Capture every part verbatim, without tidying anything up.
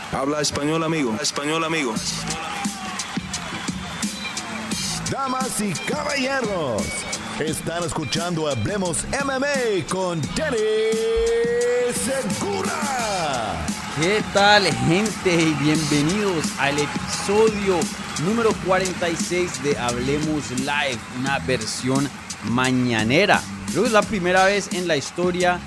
Habla español, amigo. Habla español, amigo. Damas y caballeros, están escuchando Hablemos M M A con Danny Segura. ¿Qué tal, gente? Y bienvenidos al episodio número cuarenta y seis de Hablemos Live, una versión mañanera. Creo que es la primera vez en la historia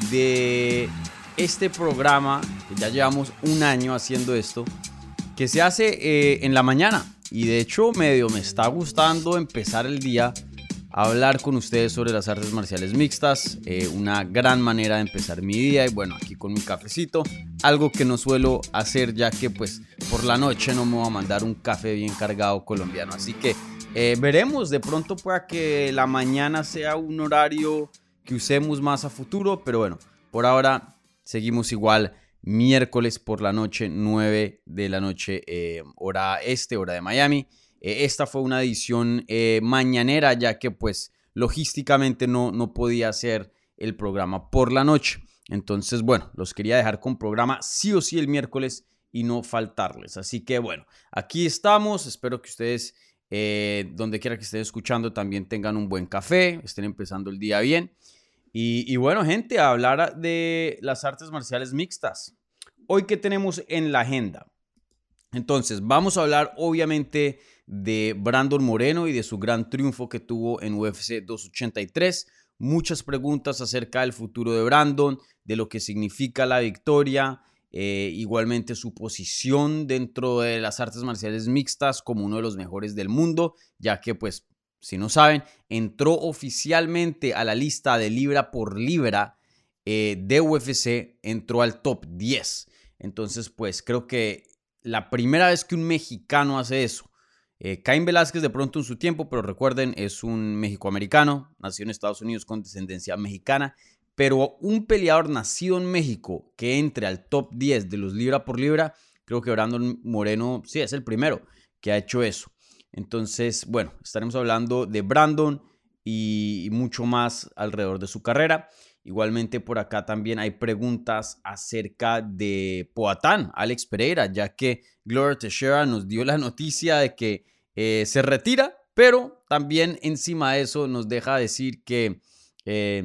de este programa, que ya llevamos un año haciendo esto, que se hace eh, en la mañana. Y de hecho medio me está gustando empezar el día a hablar con ustedes sobre las artes marciales mixtas, eh, una gran manera de empezar mi día. Y bueno, aquí con mi cafecito, algo que no suelo hacer ya que pues por la noche no me voy a mandar un café bien cargado colombiano. Así que eh, veremos, de pronto pueda que la mañana sea un horario que usemos más a futuro, pero bueno, por ahora seguimos igual. Miércoles por la noche, nueve de la noche, eh, hora este, hora de Miami. Eh, esta fue una edición eh, mañanera, ya que pues logísticamente no, no podía hacer el programa por la noche. Entonces, bueno, los quería dejar con programa sí o sí el miércoles y no faltarles. Así que bueno, aquí estamos. Espero que ustedes, eh, donde quiera que estén escuchando, también tengan un buen café, estén empezando el día bien. Y, y bueno, gente, a hablar de las artes marciales mixtas. Hoy, ¿qué tenemos en la agenda? Entonces, vamos a hablar obviamente de Brandon Moreno y de su gran triunfo que tuvo en U F C doscientos ochenta y tres. Muchas preguntas acerca del futuro de Brandon, de lo que significa la victoria, eh, igualmente su posición dentro de las artes marciales mixtas como uno de los mejores del mundo, ya que pues, si no saben, entró oficialmente a la lista de libra por libra eh, de U F C, entró al top diez. Entonces, pues creo que la primera vez que un mexicano hace eso, eh, Caín Velázquez de pronto en su tiempo, pero recuerden, es un mexicoamericano, nació en Estados Unidos con descendencia mexicana, pero un peleador nacido en México que entre al top diez de los libra por libra, creo que Brandon Moreno sí es el primero que ha hecho eso. Entonces, bueno, estaremos hablando de Brandon y mucho más alrededor de su carrera. Igualmente por acá también hay preguntas acerca de Poatán, Alex Pereira, ya que Glover Teixeira nos dio la noticia de que eh, se retira, pero también encima de eso nos deja decir que, eh,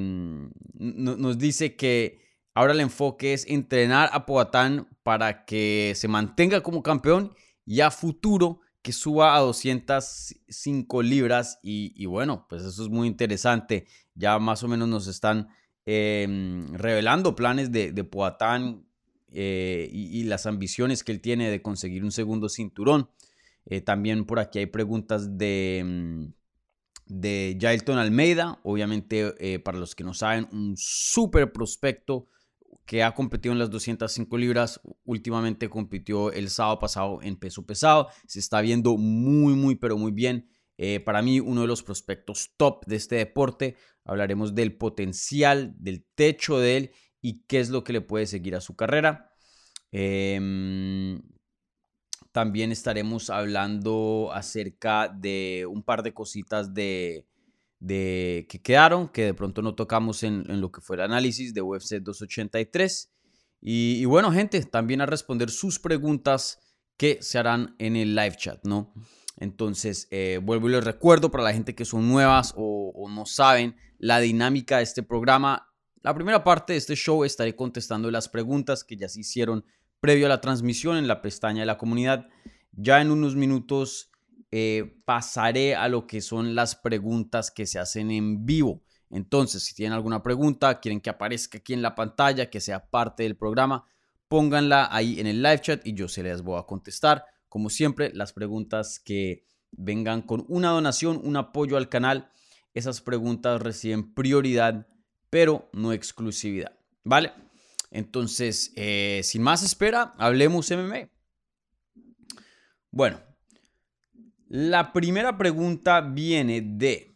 nos dice que ahora el enfoque es entrenar a Poatán para que se mantenga como campeón y a futuro que suba a doscientas cinco libras y, y bueno, pues eso es muy interesante. Ya más o menos nos están eh, revelando planes de, de Poatán eh, y, y las ambiciones que él tiene de conseguir un segundo cinturón. Eh, también por aquí hay preguntas de, de Jailton Almeida, obviamente eh, para los que no saben, un súper prospecto que ha competido en las doscientas cinco libras, últimamente compitió el sábado pasado en peso pesado, se está viendo muy, muy, pero muy bien. Eh, para mí, uno de los prospectos top de este deporte. Hablaremos del potencial, del techo de él y qué es lo que le puede seguir a su carrera. Eh, también estaremos hablando acerca de un par de cositas de... De, que quedaron, que de pronto no tocamos en, en lo que fue el análisis de U F C doscientos ochenta y tres. Y, y bueno, gente, también a responder sus preguntas que se harán en el live chat, ¿no? Entonces, eh, vuelvo y les recuerdo para la gente que son nuevas o, o no saben la dinámica de este programa. La primera parte de este show estaré contestando las preguntas que ya se hicieron previo a la transmisión en la pestaña de la comunidad. Ya en unos minutos Eh, pasaré a lo que son las preguntas que se hacen en vivo. Entonces, si tienen alguna pregunta, quieren que aparezca aquí en la pantalla, que sea parte del programa, pónganla ahí en el live chat y yo se les voy a contestar. Como siempre, las preguntas que vengan con una donación, un apoyo al canal, esas preguntas reciben prioridad, pero no exclusividad, ¿vale? Entonces, eh, sin más espera, hablemos M M A. Bueno, la primera pregunta viene de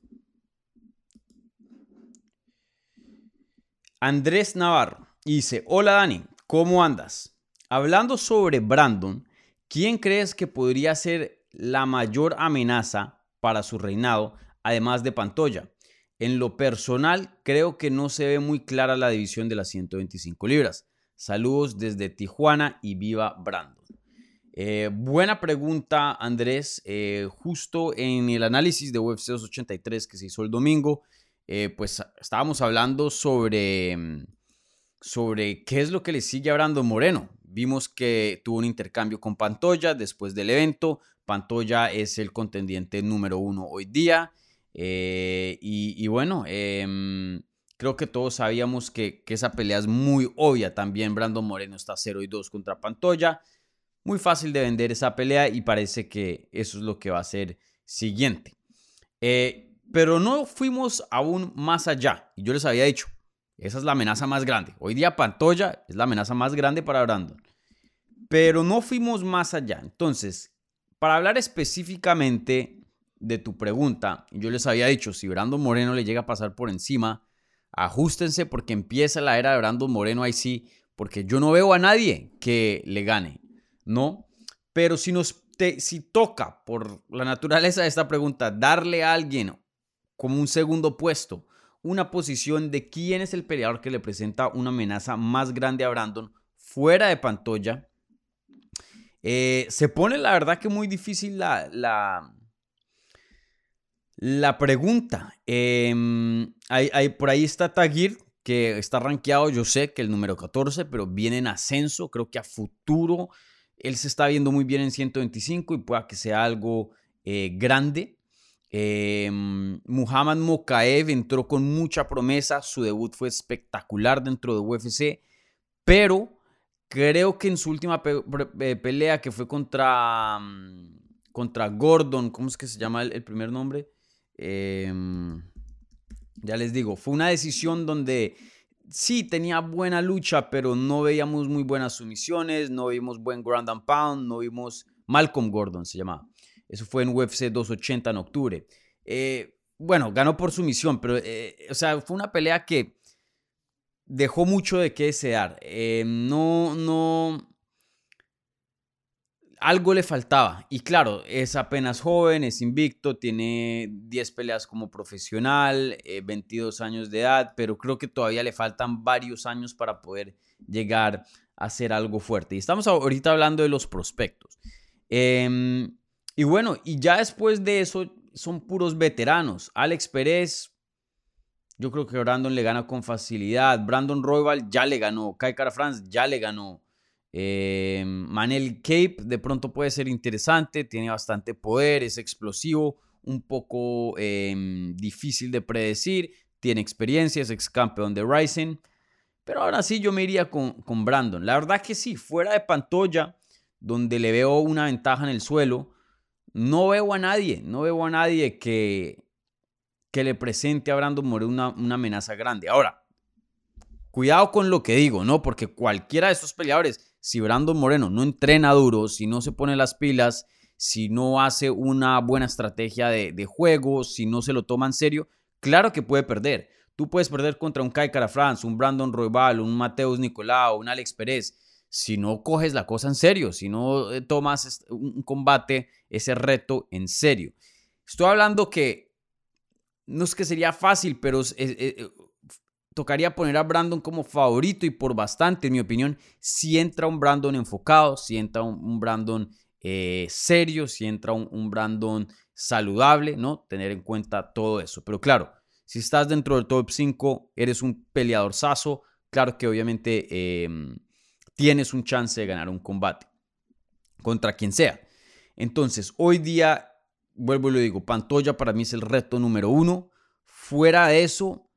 Andrés Navarro. Y dice, hola Dani, ¿cómo andas? Hablando sobre Brandon, ¿quién crees que podría ser la mayor amenaza para su reinado, además de Pantoja? En lo personal, creo que no se ve muy clara la división de las ciento veinticinco libras. Saludos desde Tijuana y viva Brandon. Eh, buena pregunta, Andrés. Eh, justo en el análisis de U F C doscientos ochenta y tres que se hizo el domingo, eh, pues estábamos hablando sobre, sobre qué es lo que le sigue a Brandon Moreno. Vimos que tuvo un intercambio con Pantoja después del evento. Pantoja es el contendiente número uno hoy día. Eh, y, y bueno, eh, creo que todos sabíamos que, que esa pelea es muy obvia también. Brandon Moreno está cero y dos contra Pantoja. Muy fácil de vender esa pelea y parece que eso es lo que va a ser siguiente. Eh, pero no fuimos aún más allá. Y yo les había dicho, esa es la amenaza más grande. Hoy día Pantoja es la amenaza más grande para Brandon. Pero no fuimos más allá. Entonces, para hablar específicamente de tu pregunta, yo les había dicho, si Brandon Moreno le llega a pasar por encima, ajustense porque empieza la era de Brandon Moreno ahí sí, porque yo no veo a nadie que le gane, ¿no? Pero si, nos te, si toca, por la naturaleza de esta pregunta, darle a alguien como un segundo puesto, una posición de quién es el peleador que le presenta una amenaza más grande a Brandon fuera de Pantoja, eh, se pone la verdad que muy difícil la, la, la pregunta. Eh, hay, hay, por ahí está Tagir, que está rankeado, yo sé que el número catorce, pero viene en ascenso. Creo que a futuro él se está viendo muy bien en ciento veinticinco y pueda que sea algo eh, grande. Eh, Muhammad Mokaev entró con mucha promesa, su debut fue espectacular dentro de U F C, pero creo que en su última pe pe pelea que fue contra, contra Gordon, ¿cómo es que se llama el, el primer nombre? Eh, ya les digo, fue una decisión donde sí tenía buena lucha, pero no veíamos muy buenas sumisiones, no vimos buen ground and pound, no vimos... Malcolm Gordon se llamaba. Eso fue en U F C doscientos ochenta en octubre. Eh, bueno, ganó por sumisión, pero eh, o sea, fue una pelea que dejó mucho de qué desear. Eh, no, no... Algo le faltaba. Y claro, es apenas joven, es invicto, tiene diez peleas como profesional, eh, veintidós años de edad, pero creo que todavía le faltan varios años para poder llegar a hacer algo fuerte. Y estamos ahorita hablando de los prospectos. Eh, y bueno, y ya después de eso son puros veteranos. Alex Pérez, yo creo que Brandon le gana con facilidad. Brandon Royval ya le ganó. Kai Kara France ya le ganó. Eh, Manel Cape de pronto puede ser interesante. Tiene bastante poder, es explosivo, un poco eh, difícil de predecir. Tiene experiencia, es ex campeón de Rising. Pero ahora sí yo me iría con, con Brandon. La verdad que sí, fuera de Pantoja, donde le veo una ventaja en el suelo, no veo a nadie, no veo a nadie que, que le presente a Brandon Moreno una, una amenaza grande. Ahora, cuidado con lo que digo, ¿no? Porque cualquiera de estos peleadores, si Brandon Moreno no entrena duro, si no se pone las pilas, si no hace una buena estrategia de, de juego, si no se lo toma en serio, claro que puede perder. Tú puedes perder contra un Kai Kara France, un Brandon Royval, un Mateus Nicolau, un Alex Pérez, si no coges la cosa en serio, si no tomas un combate, ese reto en serio. Estoy hablando que no es que sería fácil, pero es, es, es, tocaría poner a Brandon como favorito y por bastante, en mi opinión, si entra un Brandon enfocado, si entra un, un Brandon eh, serio, si entra un, un Brandon saludable, ¿no? Tener en cuenta todo eso. Pero claro, si estás dentro del top cinco, eres un peleador saso, claro que obviamente... Eh, tienes un chance de ganar un combate contra quien sea. Entonces, hoy día, vuelvo y lo digo, Pantoja para mí es el reto número uno. Fuera de eso,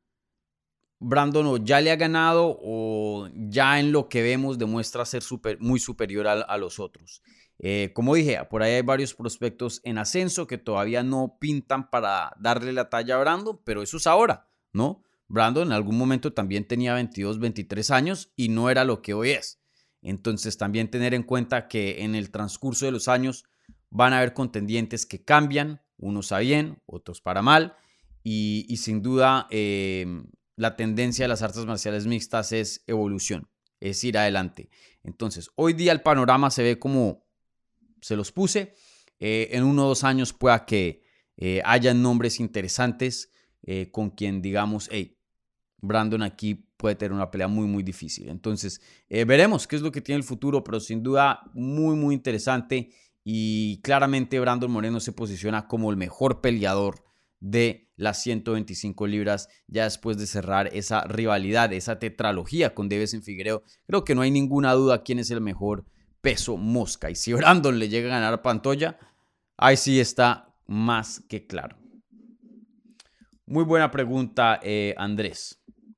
Brandon o ya le ha ganado o ya en lo que vemos demuestra ser super, muy superior a, a los otros. Eh, como dije, por ahí hay varios prospectos en ascenso que todavía no pintan para darle la talla a Brandon, pero eso es ahora, ¿no? Brandon en algún momento también tenía veintidós, veintitrés años y no era lo que hoy es. Entonces también tener en cuenta que en el transcurso de los años van a haber contendientes que cambian, unos a bien, otros para mal, y, y sin duda eh, la tendencia de las artes marciales mixtas es evolución, es ir adelante. Entonces hoy día el panorama se ve como se los puse, eh, en uno o dos años pueda que eh, haya nombres interesantes eh, con quien digamos, hey, Brandon aquí puede tener una pelea muy, muy difícil. Entonces, eh, veremos qué es lo que tiene el futuro, pero sin duda muy, muy interesante. Y claramente Brandon Moreno se posiciona como el mejor peleador de las ciento veinticinco libras ya después de cerrar esa rivalidad, esa tetralogía con Deiveson Figueiredo. Creo que no hay ninguna duda quién es el mejor peso mosca. Y si Brandon le llega a ganar a Pantoja, ahí sí está más que claro. Muy buena pregunta, eh, Andrés.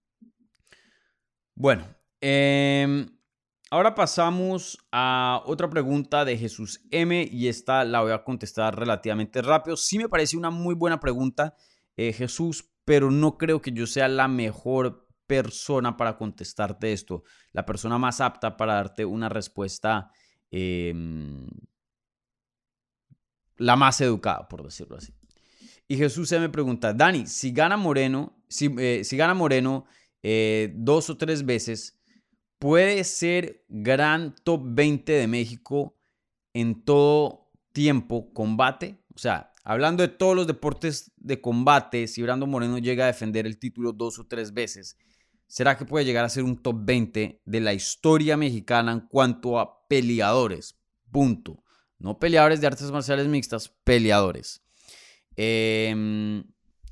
Bueno, eh, ahora pasamos a otra pregunta de Jesús M. Y esta la voy a contestar relativamente rápido. Sí me parece una muy buena pregunta, eh, Jesús, pero no creo que yo sea la mejor persona para contestarte esto. La persona más apta para darte una respuesta, eh, la más educada, por decirlo así. Y Jesús se me pregunta, Dani, si gana Moreno, si, eh, si gana Moreno eh, dos o tres veces, ¿puede ser gran top veinte de México en todo tiempo combate? O sea, hablando de todos los deportes de combate, si Brandon Moreno llega a defender el título dos o tres veces, ¿será que puede llegar a ser un top veinte de la historia mexicana en cuanto a peleadores? Punto. No peleadores de artes marciales mixtas, peleadores. Eh,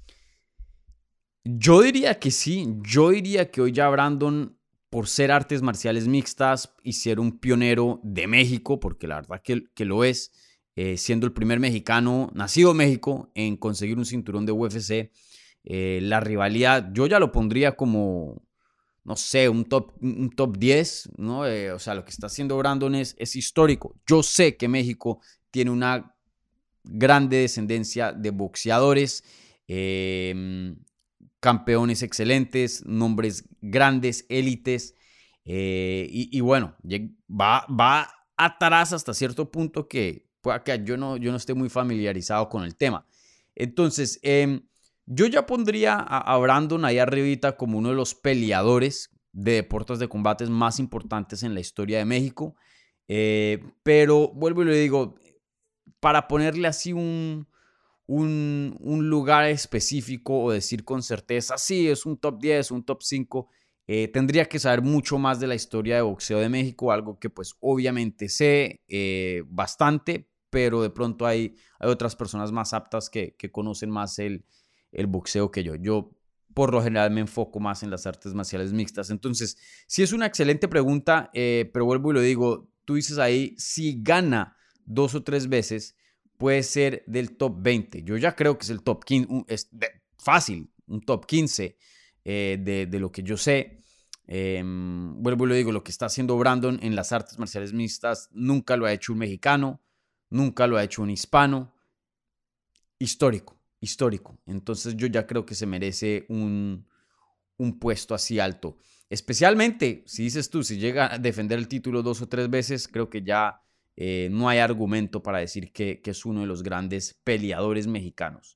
yo diría que sí, yo diría que hoy ya Brandon, por ser artes marciales mixtas y ser un pionero de México, porque la verdad que, que lo es, eh, siendo el primer mexicano nacido en México en conseguir un cinturón de U F C, eh, la rivalidad, yo ya lo pondría como, no sé, un top, un top diez, ¿no? Eh, o sea, lo que está haciendo Brandon es, es histórico. Yo sé que México tiene una grande descendencia de boxeadores, eh, campeones excelentes, nombres grandes, élites, eh, y, y bueno, va, va atrás hasta cierto punto que pueda que yo no, yo no esté muy familiarizado con el tema. Entonces, eh, yo ya pondría a, a Brandon ahí arribita como uno de los peleadores de deportes de combates más importantes en la historia de México, eh, pero vuelvo y le digo, para ponerle así un, un, un lugar específico o decir con certeza, sí, es un top diez, un top cinco, eh, tendría que saber mucho más de la historia de boxeo de México, algo que pues obviamente sé eh, bastante, pero de pronto hay, hay otras personas más aptas que, que conocen más el, el boxeo que yo. Yo por lo general me enfoco más en las artes marciales mixtas. Entonces, sí es una excelente pregunta, eh, pero vuelvo y lo digo, tú dices ahí, si gana dos o tres veces, puede ser del top veinte. Yo ya creo que es el top quince, es de, fácil, un top quince eh, de, de lo que yo sé. Eh, vuelvo y lo digo, lo que está haciendo Brandon en las artes marciales mixtas nunca lo ha hecho un mexicano, nunca lo ha hecho un hispano. Histórico, histórico. Entonces yo ya creo que se merece un, un puesto así alto. Especialmente, si dices tú, si llega a defender el título dos o tres veces, creo que ya Eh, no hay argumento para decir que, que es uno de los grandes peleadores mexicanos.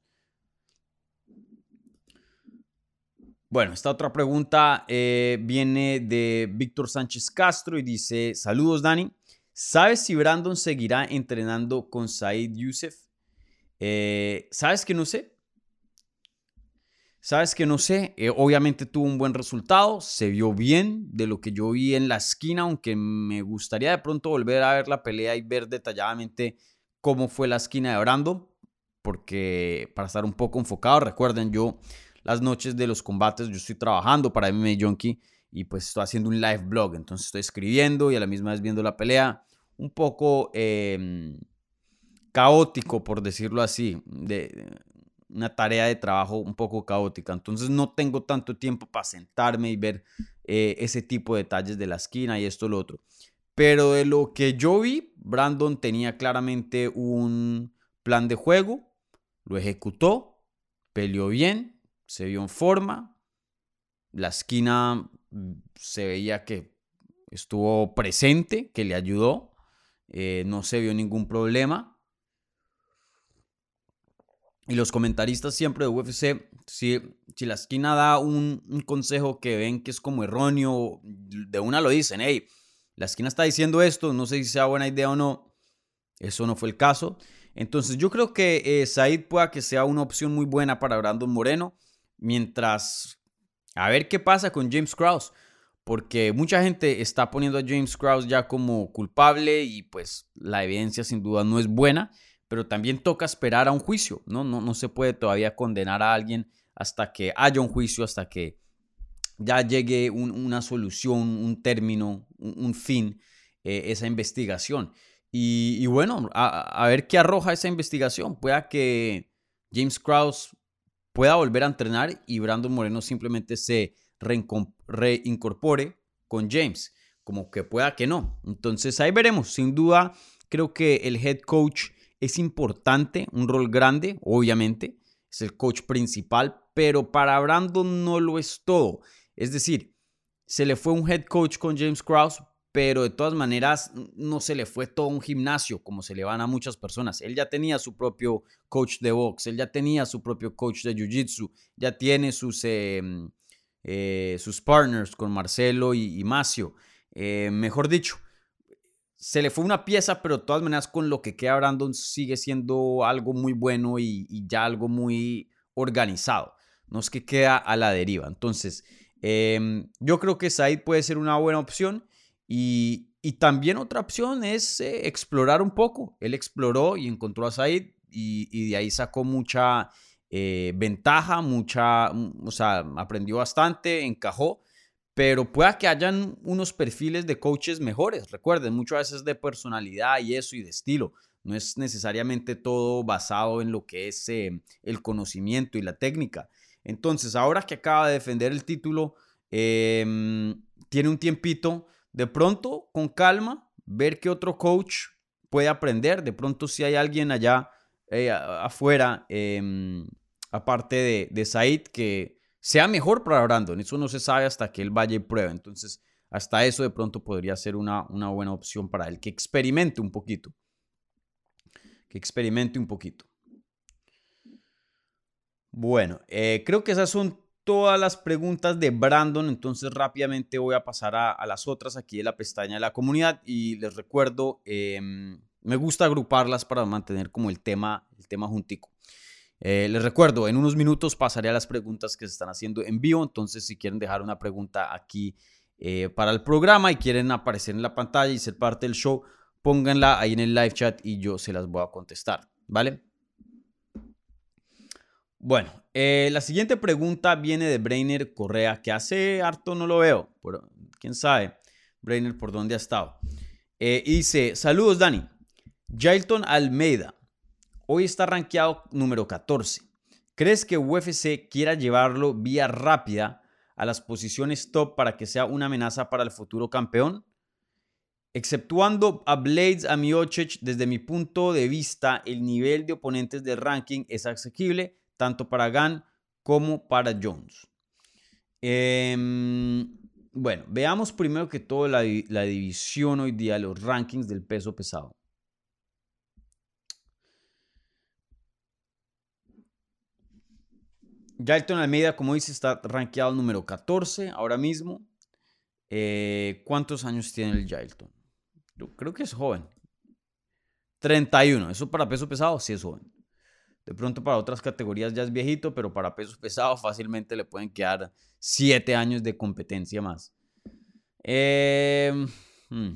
Bueno, esta otra pregunta eh, viene de Víctor Sánchez Castro y dice, saludos Dani, ¿sabes si Brandon seguirá entrenando con Said Youssef? Eh, ¿Sabes que no sé? Sabes que no sé, eh, obviamente tuvo un buen resultado, se vio bien de lo que yo vi en la esquina, aunque me gustaría de pronto volver a ver la pelea y ver detalladamente cómo fue la esquina de Brandon, porque para estar un poco enfocado, recuerden, yo las noches de los combates, yo estoy trabajando para M M A Junkie y pues estoy haciendo un live blog, entonces estoy escribiendo y a la misma vez viendo la pelea, un poco eh, caótico, por decirlo así, de... una tarea de trabajo un poco caótica, entonces no tengo tanto tiempo para sentarme y ver eh, ese tipo de detalles de la esquina y esto y lo otro, pero de lo que yo vi, Brandon tenía claramente un plan de juego, lo ejecutó, peleó bien, se vio en forma, la esquina se veía que estuvo presente, que le ayudó, eh, no se vio ningún problema. Y los comentaristas siempre de U F C, si, si la esquina da un, un consejo que ven que es como erróneo, de una lo dicen, hey, la esquina está diciendo esto, no sé si sea buena idea o no. Eso no fue el caso. Entonces yo creo que eh, Said pueda que sea una opción muy buena para Brandon Moreno, mientras A ver qué pasa con James Krause, porque mucha gente está poniendo a James Krause ya como culpable y pues la evidencia sin duda no es buena, pero también toca esperar a un juicio, ¿no? No, no se puede todavía condenar a alguien hasta que haya un juicio, hasta que ya llegue un, una solución, un término, un, un fin, eh, esa investigación. Y, y bueno, a, a ver qué arroja esa investigación. Pueda que James Krause pueda volver a entrenar y Brandon Moreno simplemente se reincorpore con James, como que pueda que no. Entonces ahí veremos. Sin duda, creo que el head coach es importante, un rol grande, obviamente, es el coach principal, pero para Brandon no lo es todo. Es decir, se le fue un head coach con James Krause, pero de todas maneras no se le fue todo un gimnasio como se le van a muchas personas. Él ya tenía su propio coach de box, él ya tenía su propio coach de jiu-jitsu, ya tiene sus, eh, eh, sus partners con Marcelo y, y Macio. Eh, mejor dicho, se le fue una pieza, pero de todas maneras con lo que queda Brandon sigue siendo algo muy bueno y, y ya algo muy organizado. No es que queda a la deriva. Entonces, eh, yo creo que Said puede ser una buena opción. Y, y también otra opción es eh, explorar un poco. Él exploró y encontró a Said y, y de ahí sacó mucha eh, ventaja, mucha, o sea, aprendió bastante, encajó, pero pueda que hayan unos perfiles de coaches mejores. Recuerden, muchas veces de personalidad y eso y de estilo. No es necesariamente todo basado en lo que es eh, el conocimiento y la técnica. Entonces, ahora que acaba de defender el título, eh, tiene un tiempito. De pronto, con calma, ver qué otro coach puede aprender. De pronto, si hay alguien allá eh, afuera, eh, aparte de, de Said, que sea mejor para Brandon. Eso no se sabe hasta que él vaya y pruebe. Entonces, hasta eso de pronto podría ser una, una buena opción para él. Que experimente un poquito. Que experimente un poquito. Bueno, eh, creo que esas son todas las preguntas de Brandon, entonces rápidamente voy a pasar a, a las otras aquí de la pestaña de la comunidad y les recuerdo, eh, me gusta agruparlas para mantener como el tema, el tema juntico. Eh, les recuerdo, en unos minutos pasaré a las preguntas que se están haciendo en vivo, entonces si quieren dejar una pregunta aquí eh, para el programa y quieren aparecer en la pantalla y ser parte del show, pónganla ahí en el live chat y yo se las voy a contestar, ¿vale? Bueno, eh, la siguiente pregunta viene de Brainer Correa, que hace harto no lo veo, pero quién sabe, Brainer, por dónde ha estado. Eh, y dice, saludos Dani, Jailton Almeida, hoy está rankeado número catorce. ¿Crees que U F C quiera llevarlo vía rápida a las posiciones top para que sea una amenaza para el futuro campeón? Exceptuando a Blades, a Miocic, desde mi punto de vista, el nivel de oponentes del ranking es asequible, tanto para Gane como para Jones. Eh, bueno, veamos primero que todo la, la división hoy día, los rankings del peso pesado. Jailton Almeida, como dice, está rankeado número catorce ahora mismo. Eh, ¿Cuántos años tiene el Jailton? Yo creo que es joven. treinta y uno. Eso para peso pesado sí es joven. De pronto para otras categorías ya es viejito, pero para peso pesado fácilmente le pueden quedar siete años de competencia más. Eh, hmm.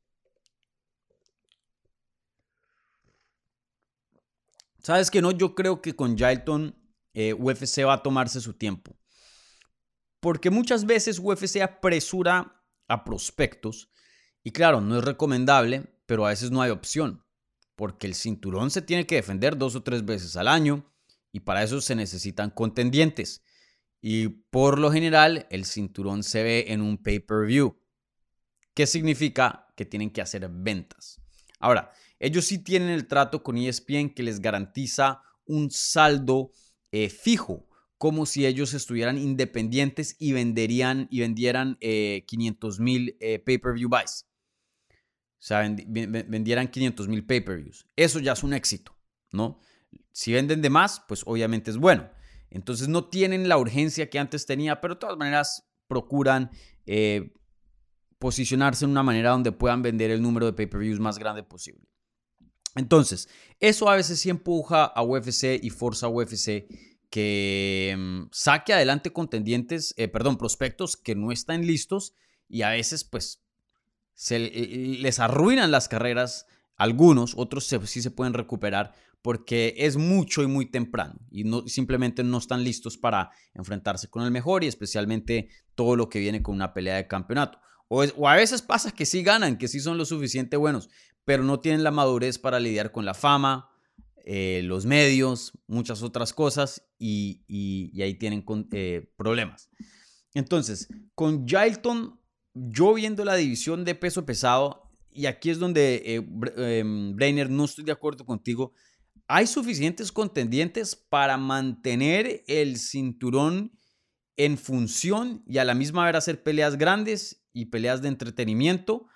¿Sabes qué no? Yo creo que con Jailton eh, U F C va a tomarse su tiempo. Porque muchas veces U F C apresura a prospectos. Y claro, no es recomendable, pero a veces no hay opción. Porque el cinturón se tiene que defender dos o tres veces al año y para eso se necesitan contendientes. Y por lo general el cinturón se ve en un pay-per-view. ¿Qué significa? Que tienen que hacer ventas. Ahora, ellos sí tienen el trato con E S P N que les garantiza un saldo eh, fijo, como si ellos estuvieran independientes y, venderían, y vendieran eh, quinientos mil eh, pay-per-view buys. O sea, vendieran quinientos mil pay-per-views. Eso ya es un éxito, ¿no? Si venden de más, pues obviamente es bueno. Entonces no tienen la urgencia que antes tenía, pero de todas maneras procuran eh, posicionarse en una manera donde puedan vender el número de pay-per-views más grande posible. Entonces, eso a veces sí empuja a U F C y forza a U F C que um, saque adelante contendientes, eh, perdón, prospectos que no están listos y a veces pues se les arruinan las carreras. Algunos, otros se, sí se pueden recuperar porque es mucho y muy temprano y no, simplemente no están listos para enfrentarse con el mejor y especialmente todo lo que viene con una pelea de campeonato. O, es, o a veces pasa que sí ganan, que sí son lo suficiente buenos, pero no tienen la madurez para lidiar con la fama, eh, los medios, muchas otras cosas y, y, y ahí tienen con, eh, problemas. Entonces, con Jailton, yo viendo la división de peso pesado, y aquí es donde, eh, eh, Brainer, no estoy de acuerdo contigo, hay suficientes contendientes para mantener el cinturón en función y a la misma vez hacer peleas grandes y peleas de entretenimiento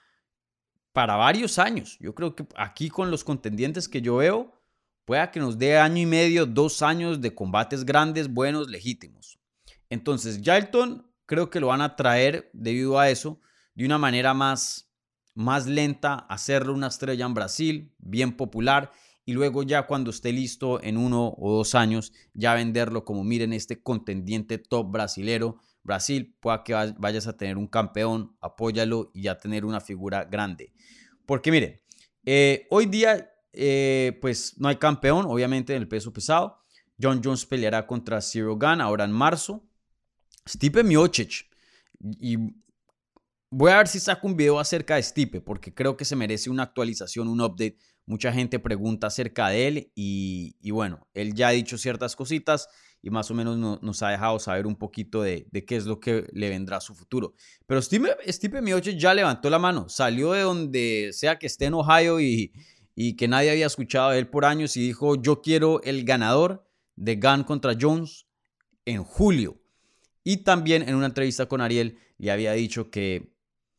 para varios años. Yo creo que aquí con los contendientes que yo veo, pueda que nos dé año y medio, dos años de combates grandes, buenos, legítimos. Entonces, Jailton creo que lo van a traer debido a eso de una manera más, más lenta, hacerlo una estrella en Brasil, bien popular, y luego ya cuando esté listo en uno o dos años, ya venderlo como miren este contendiente top brasilero, Brasil, pueda que vayas a tener un campeón, apóyalo y ya tener una figura grande. Porque miren, eh, hoy día eh, pues no hay campeón, obviamente en el peso pesado. Jon Jones peleará contra Ciryl Gane ahora en marzo. Stipe Miocic, y voy a ver si saco un video acerca de Stipe, porque creo que se merece una actualización, un update. Mucha gente pregunta acerca de él y, y bueno, él ya ha dicho ciertas cositas y más o menos no, nos ha dejado saber un poquito de, de qué es lo que le vendrá a su futuro. Pero Stipe, Stipe Miocic ya levantó la mano, salió de donde sea que esté en Ohio y, y que nadie había escuchado de él por años y dijo, yo quiero el ganador de Gane contra Jones en julio. Y también en una entrevista con Ariel le había dicho que,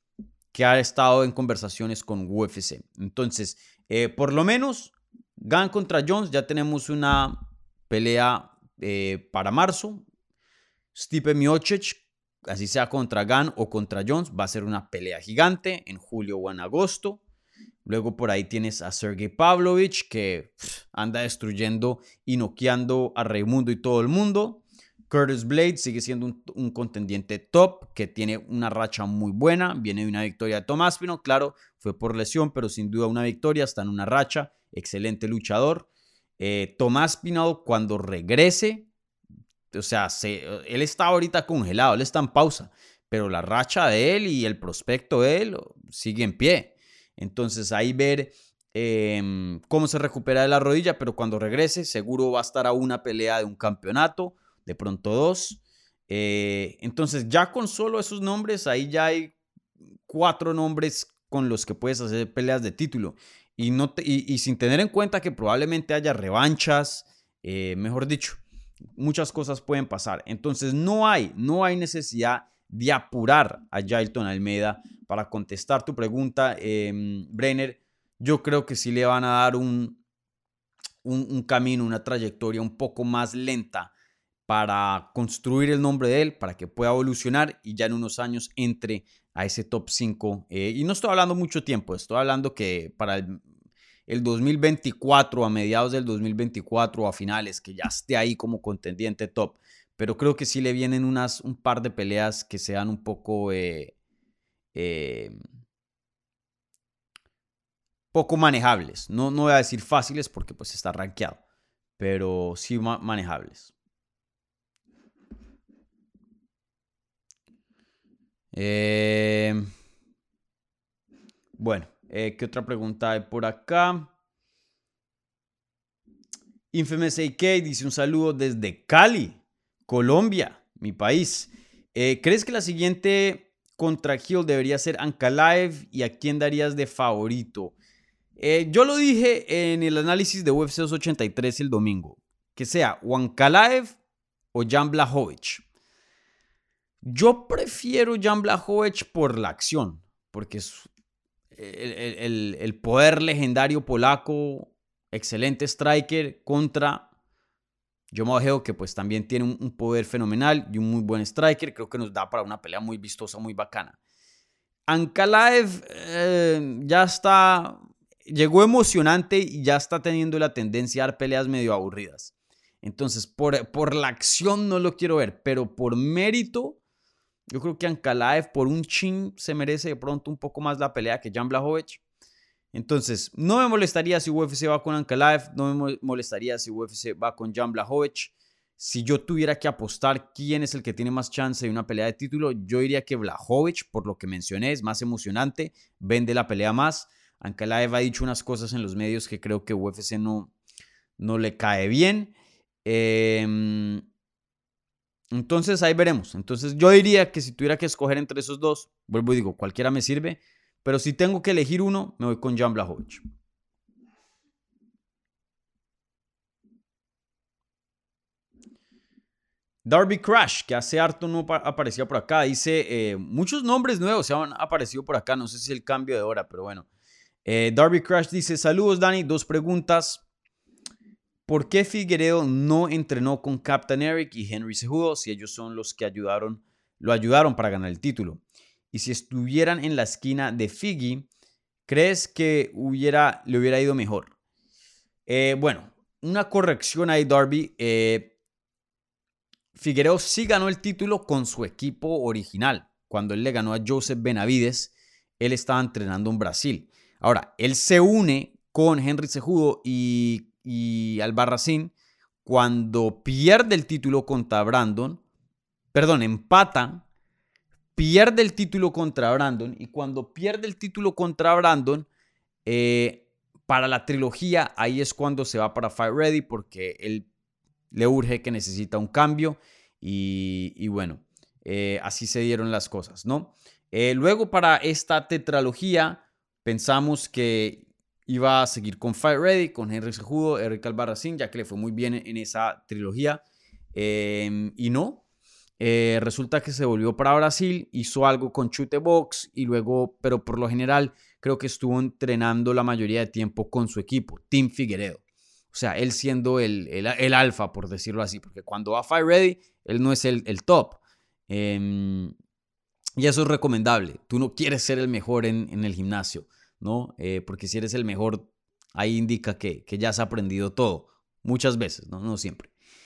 que ha estado en conversaciones con U F C. Entonces, eh, por lo menos, Gane contra Jones, ya tenemos una pelea eh, para marzo. Stipe Miocic, así sea contra Gane o contra Jones, va a ser una pelea gigante en julio o en agosto. Luego por ahí tienes a Sergey Pavlovich, que pff, anda destruyendo y noqueando a Raimundo y todo el mundo. Curtis Blades sigue siendo un, un contendiente top, que tiene una racha muy buena, viene de una victoria de Tom Aspinall, claro, fue por lesión, pero sin duda una victoria, está en una racha, excelente luchador. Eh, Tom Aspinall cuando regrese, o sea, se, él está ahorita congelado, él está en pausa, pero la racha de él y el prospecto de él sigue en pie. Entonces ahí ver eh, cómo se recupera de la rodilla, pero cuando regrese seguro va a estar a una pelea de un campeonato, de pronto dos. Eh, entonces ya con solo esos nombres, ahí ya hay cuatro nombres con los que puedes hacer peleas de título. Y, no te, y, y sin tener en cuenta que probablemente haya revanchas, eh, mejor dicho, muchas cosas pueden pasar. Entonces no hay, no hay necesidad de apurar a Jailton Almeida. Para contestar tu pregunta, eh, Brenner, yo creo que sí le van a dar un, un, un camino, una trayectoria un poco más lenta para construir el nombre de él, para que pueda evolucionar y ya en unos años entre a ese top cinco. Eh, y no estoy hablando mucho tiempo, estoy hablando que para el, el dos mil veinticuatro, a mediados del dos mil veinticuatro o a finales, que ya esté ahí como contendiente top. Pero creo que sí le vienen unas, un par de peleas que sean un poco, eh, eh, poco manejables. No, no voy a decir fáciles porque pues está rankeado, pero sí ma- manejables. Eh, bueno, eh, ¿qué otra pregunta hay por acá? Infamous A K dice un saludo desde Cali, Colombia, mi país. Eh, ¿Crees que la siguiente contra Hill debería ser Ankalaev y a quién darías de favorito? Eh, yo lo dije en el análisis de U F C doscientos ochenta y tres el domingo, que sea o Ankalaev o Jan Blachowicz. Yo prefiero Jan Blachowicz por la acción, porque es el, el, el poder legendario polaco, excelente striker contra Joe Ojeo, que pues también tiene un, un poder fenomenal y un muy buen striker. Creo que nos da para una pelea muy vistosa, muy bacana. Ankalaev eh, ya está, llegó emocionante y ya está teniendo la tendencia a dar peleas medio aburridas. Entonces, por, por la acción no lo quiero ver, pero por mérito, yo creo que Ankalaev por un chin se merece de pronto un poco más la pelea que Jan Blachowicz. Entonces, no me molestaría si U F C va con Ankalaev, no me molestaría si U F C va con Jan Blachowicz. Si yo tuviera que apostar quién es el que tiene más chance de una pelea de título, yo diría que Blachowicz, por lo que mencioné, es más emocionante, vende la pelea más. Ankalaev ha dicho unas cosas en los medios que creo que U F C no, no le cae bien. Eh, entonces, ahí veremos. Entonces, yo diría que si tuviera que escoger entre esos dos, vuelvo y digo, cualquiera me sirve. Pero si tengo que elegir uno, me voy con Jan Blachowicz. Darby Crash, que hace harto no aparecía por acá, dice eh, muchos nombres nuevos se han aparecido por acá, no sé si es el cambio de hora, pero bueno. Eh, Darby Crash dice, saludos Dani, dos preguntas. ¿Por qué Figueiredo no entrenó con Captain Eric y Henry Cejudo si ellos son los que ayudaron, lo ayudaron para ganar el título? Y si estuvieran en la esquina de Figgy, ¿crees que hubiera, le hubiera ido mejor? Eh, bueno, una corrección ahí, Darby. Eh, Figueiredo sí ganó el título con su equipo original. Cuando él le ganó a Joseph Benavides, él estaba entrenando en Brasil. Ahora, él se une con Henry Cejudo y, y Albarracín cuando pierde el título contra Brandon. Perdón, empatan. Pierde el título contra Brandon y cuando pierde el título contra Brandon, eh, para la trilogía, ahí es cuando se va para Fight Ready porque él le urge que necesita un cambio y, y bueno, eh, así se dieron las cosas, ¿no? Eh, luego para esta tetralogía pensamos que iba a seguir con Fight Ready, con Henry Cejudo, Eric Albarracín, ya que le fue muy bien en esa trilogía eh, y no. Eh, resulta que se volvió para Brasil, hizo algo con Chute Box y luego, pero por lo general creo que estuvo entrenando la mayoría de tiempo con su equipo, Team Figueiredo. O sea, él siendo el, el, el alfa, por decirlo así, porque cuando va a Fight Ready, él no es el, el top. Eh, y eso es recomendable. Tú no quieres ser el mejor en, en el gimnasio, ¿no? Eh, porque si eres el mejor, ahí indica que, que ya has aprendido todo. Muchas veces, ¿no? No siempre.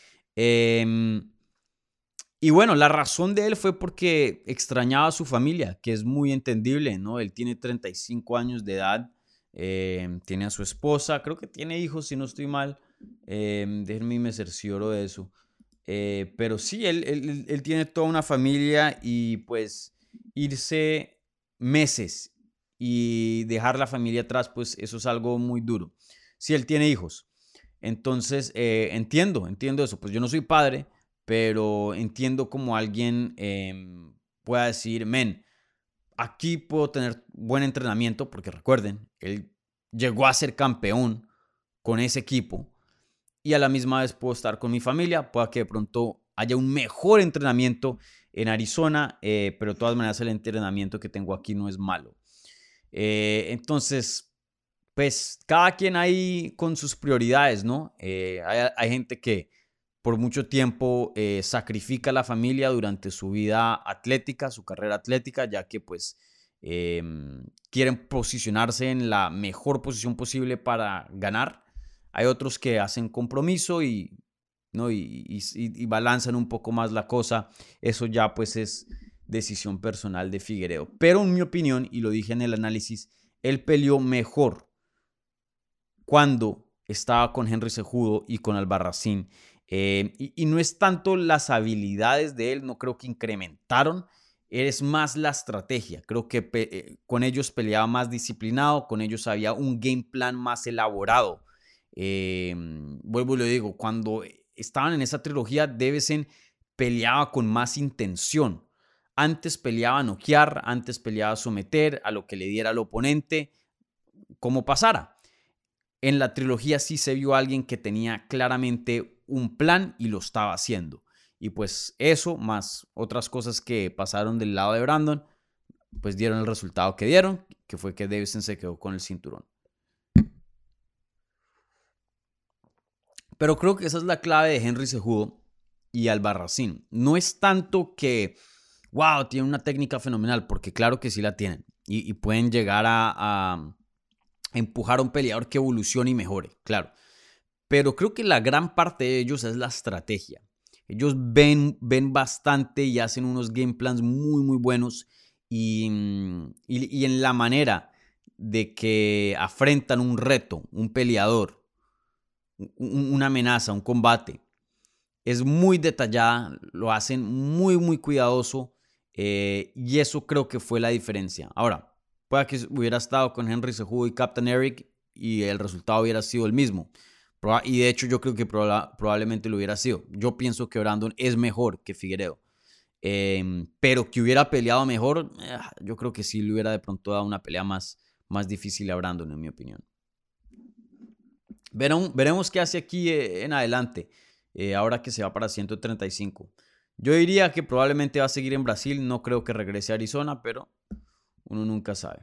Eh, Y bueno, la razón de él fue porque extrañaba a su familia, que es muy entendible, ¿no? Él tiene treinta y cinco años de edad, eh, tiene a su esposa, creo que tiene hijos, si no estoy mal. Eh, déjenme me cercioro de eso. Eh, pero sí, él, él, él tiene toda una familia y pues irse meses y dejar la familia atrás, pues eso es algo muy duro. Sí, él tiene hijos. Entonces, eh, entiendo, entiendo eso. Pues yo no soy padre, pero entiendo como alguien eh, pueda decir, men, aquí puedo tener buen entrenamiento, porque recuerden, él llegó a ser campeón con ese equipo y a la misma vez puedo estar con mi familia, pueda que de pronto haya un mejor entrenamiento en Arizona, eh, pero de todas maneras el entrenamiento que tengo aquí no es malo. Eh, entonces, pues cada quien ahí con sus prioridades, ¿no? Eh, hay, hay gente que por mucho tiempo eh, sacrifica a la familia durante su vida atlética, su carrera atlética, ya que pues eh, quieren posicionarse en la mejor posición posible para ganar. Hay otros que hacen compromiso y, ¿no? y, y, y balanzan un poco más la cosa. Eso ya pues es decisión personal de Figueiredo. Pero en mi opinión, y lo dije en el análisis, él peleó mejor cuando estaba con Henry Cejudo y con Albarracín. Eh, y, y no es tanto las habilidades de él, no creo que incrementaron, es más la estrategia. Creo que pe- eh, con ellos peleaba más disciplinado, con ellos había un game plan más elaborado. Eh, vuelvo y lo digo, cuando estaban en esa trilogía, Deiveson peleaba con más intención. Antes peleaba a noquear, antes peleaba a someter, a lo que le diera al oponente, como pasara. En la trilogía sí se vio a alguien que tenía claramente un plan y lo estaba haciendo. Y pues eso, más otras cosas que pasaron del lado de Brandon, pues dieron el resultado que dieron, que fue que Deiveson se quedó con el cinturón. Pero creo que esa es la clave de Henry Cejudo y Albarracín. No es tanto que, wow, tienen una técnica fenomenal, porque claro que sí la tienen. Y, y pueden llegar a, a empujar a un peleador que evolucione y mejore, claro. pero creo que la gran parte de ellos es la estrategia. Ellos ven, ven bastante y hacen unos game plans muy, muy buenos y, y, y en la manera de que afrentan un reto, un peleador, un, una amenaza, un combate. Es muy detallada, lo hacen muy, muy cuidadoso eh, y eso creo que fue la diferencia. Ahora, puede que hubiera estado con Henry Cejudo y Captain Eric y el resultado hubiera sido el mismo. Y de hecho yo creo que proba- probablemente lo hubiera sido. Yo pienso que Brandon es mejor que Figueiredo. Eh, pero que hubiera peleado mejor, eh, yo creo que sí le hubiera de pronto dado una pelea más, más difícil a Brandon, en mi opinión. Veremos, veremos qué hace aquí eh, en adelante, eh, ahora que se va para ciento treinta y cinco. Yo diría que probablemente va a seguir en Brasil, no creo que regrese a Arizona, pero uno nunca sabe.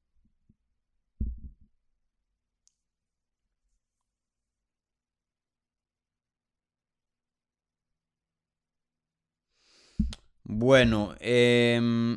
Bueno, eh,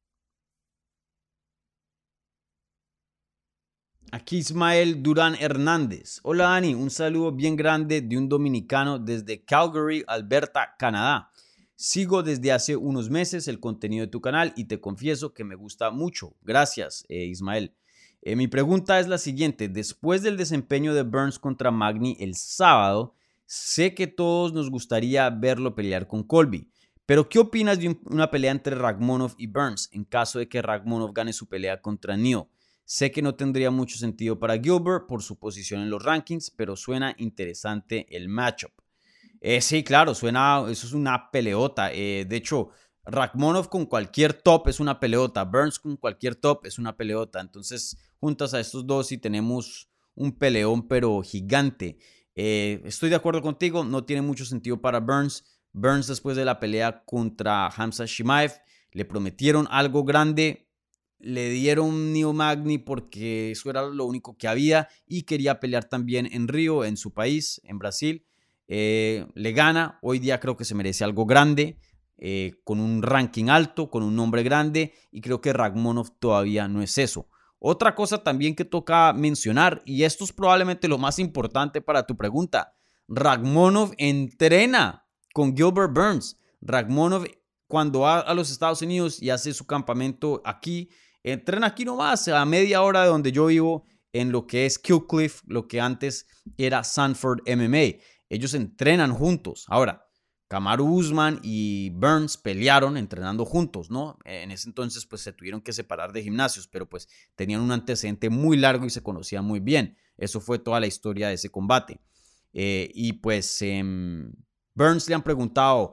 aquí Ismael Durán Hernández. Hola Dani, un saludo bien grande de un dominicano desde Calgary, Alberta, Canadá. Sigo desde hace unos meses el contenido de tu canal y te confieso que me gusta mucho. Gracias, eh, Ismael. Eh, mi pregunta es la siguiente. Después del desempeño de Burns contra Magny el sábado, sé que todos nos gustaría verlo pelear con Colby. Pero, ¿qué opinas de un, una pelea entre Rakhmonov y Burns en caso de que Rakhmonov gane su pelea contra Neal? Sé que no tendría mucho sentido para Gilbert por su posición en los rankings, pero suena interesante el matchup. Eh, sí, claro, suena, eso es una peleota. Eh, de hecho, Rakhmonov con cualquier top es una peleota. Burns con cualquier top es una peleota. Entonces, juntas a estos dos y tenemos un peleón, pero gigante. Eh, estoy de acuerdo contigo, no tiene mucho sentido para Burns. Burns, después de la pelea contra Hamza Chimaev, le prometieron algo grande. Le dieron Neal Magny porque eso era lo único que había y quería pelear también en Río, en su país, en Brasil. Eh, le gana, hoy día creo que se merece algo grande, eh, con un ranking alto, con un nombre grande, y creo que Rakhmonov todavía no es eso. Otra cosa también que toca mencionar, y esto es probablemente lo más importante para tu pregunta, Rakhmonov entrena con Gilbert Burns. Rakhmonov, cuando va a los Estados Unidos y hace su campamento aquí, entrena aquí nomás, a media hora de donde yo vivo, en lo que es Killcliff, lo que antes era Sanford M M A. Ellos entrenan juntos. Ahora, Kamaru Usman y Burns pelearon entrenando juntos, ¿no? En ese entonces, pues, se tuvieron que separar de gimnasios, pero pues tenían un antecedente muy largo y se conocían muy bien. Eso fue toda la historia de ese combate. Eh, y pues, eh, Burns le han preguntado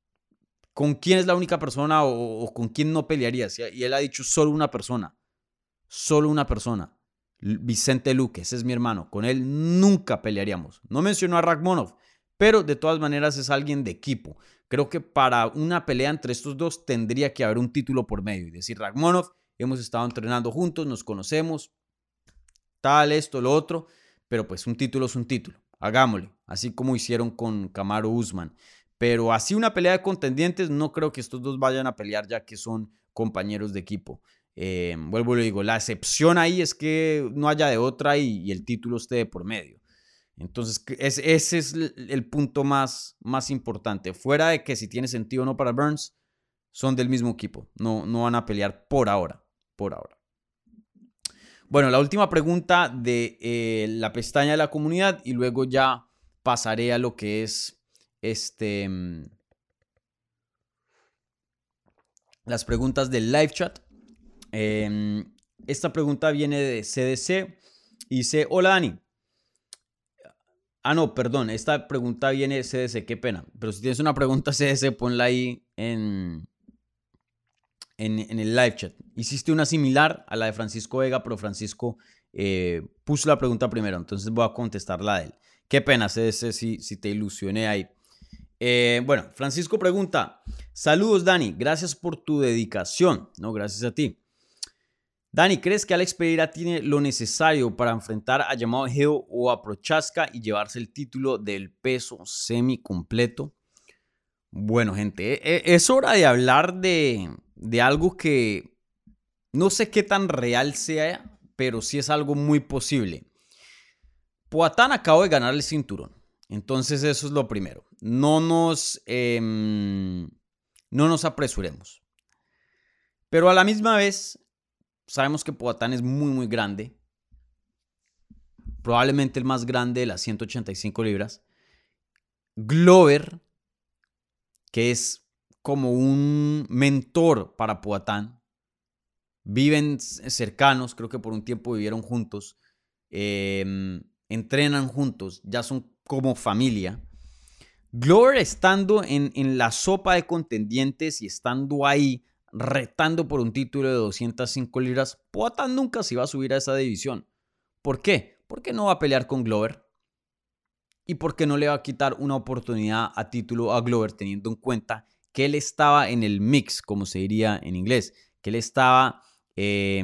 ¿con quién es la única persona o, o con quién no pelearías? Y él ha dicho solo una persona. Solo una persona. Vicente Luque, ese es mi hermano. Con él nunca pelearíamos. No mencionó a Rakhmonov, pero de todas maneras es alguien de equipo. Creo que para una pelea entre estos dos tendría que haber un título por medio. Y decir, Rakhmonov, hemos estado entrenando juntos, nos conocemos, tal, esto, lo otro. Pero pues un título es un título. Hagámosle. Así como hicieron con Kamaru Usman. Pero así una pelea de contendientes, no creo que estos dos vayan a pelear ya que son compañeros de equipo. Eh, vuelvo y le digo, la excepción ahí es que no haya de otra y, y el título esté de por medio. Entonces, es, ese es el punto más, más importante. Fuera de que si tiene sentido o no para Burns, son del mismo equipo. No, no van a pelear por ahora. Por ahora. Bueno, la última pregunta de eh, la pestaña de la comunidad y luego ya pasaré a lo que es este, las preguntas del live chat. Eh, esta pregunta viene de C D C y dice, hola Dani. Ah, no, perdón, esta pregunta viene de C D C, qué pena. Pero si tienes una pregunta C D C, ponla ahí en, en, en el live chat. Hiciste una similar a la de Francisco Vega, pero Francisco eh, puso la pregunta primero, entonces voy a contestar la de él. Qué pena, C D C, si, si te ilusioné ahí. Eh, bueno, Francisco pregunta, saludos Dani, gracias por tu dedicación, no, gracias a ti. Dani, ¿crees que Alex Pereira tiene lo necesario para enfrentar a Jamal Hill o a Prochazka y llevarse el título del peso semi completo? Bueno, gente, es hora de hablar de, de algo que no sé qué tan real sea, pero sí es algo muy posible. Poatan acabó de ganar el cinturón. Entonces eso es lo primero. No nos, eh, no nos apresuremos. Pero a la misma vez, sabemos que Poatan es muy, muy grande. Probablemente el más grande de las ciento ochenta y cinco libras. Glover, que es como un mentor para Poatan. Viven cercanos, creo que por un tiempo vivieron juntos. Eh, entrenan juntos, ya son como familia. Glover estando en, en la sopa de contendientes y estando ahí retando por un título de doscientas cinco libras, Poatan nunca se iba a subir a esa división. ¿Por qué? Porque no va a pelear con Glover y porque no le va a quitar una oportunidad a título a Glover, teniendo en cuenta que él estaba en el mix, como se diría en inglés, que él estaba eh,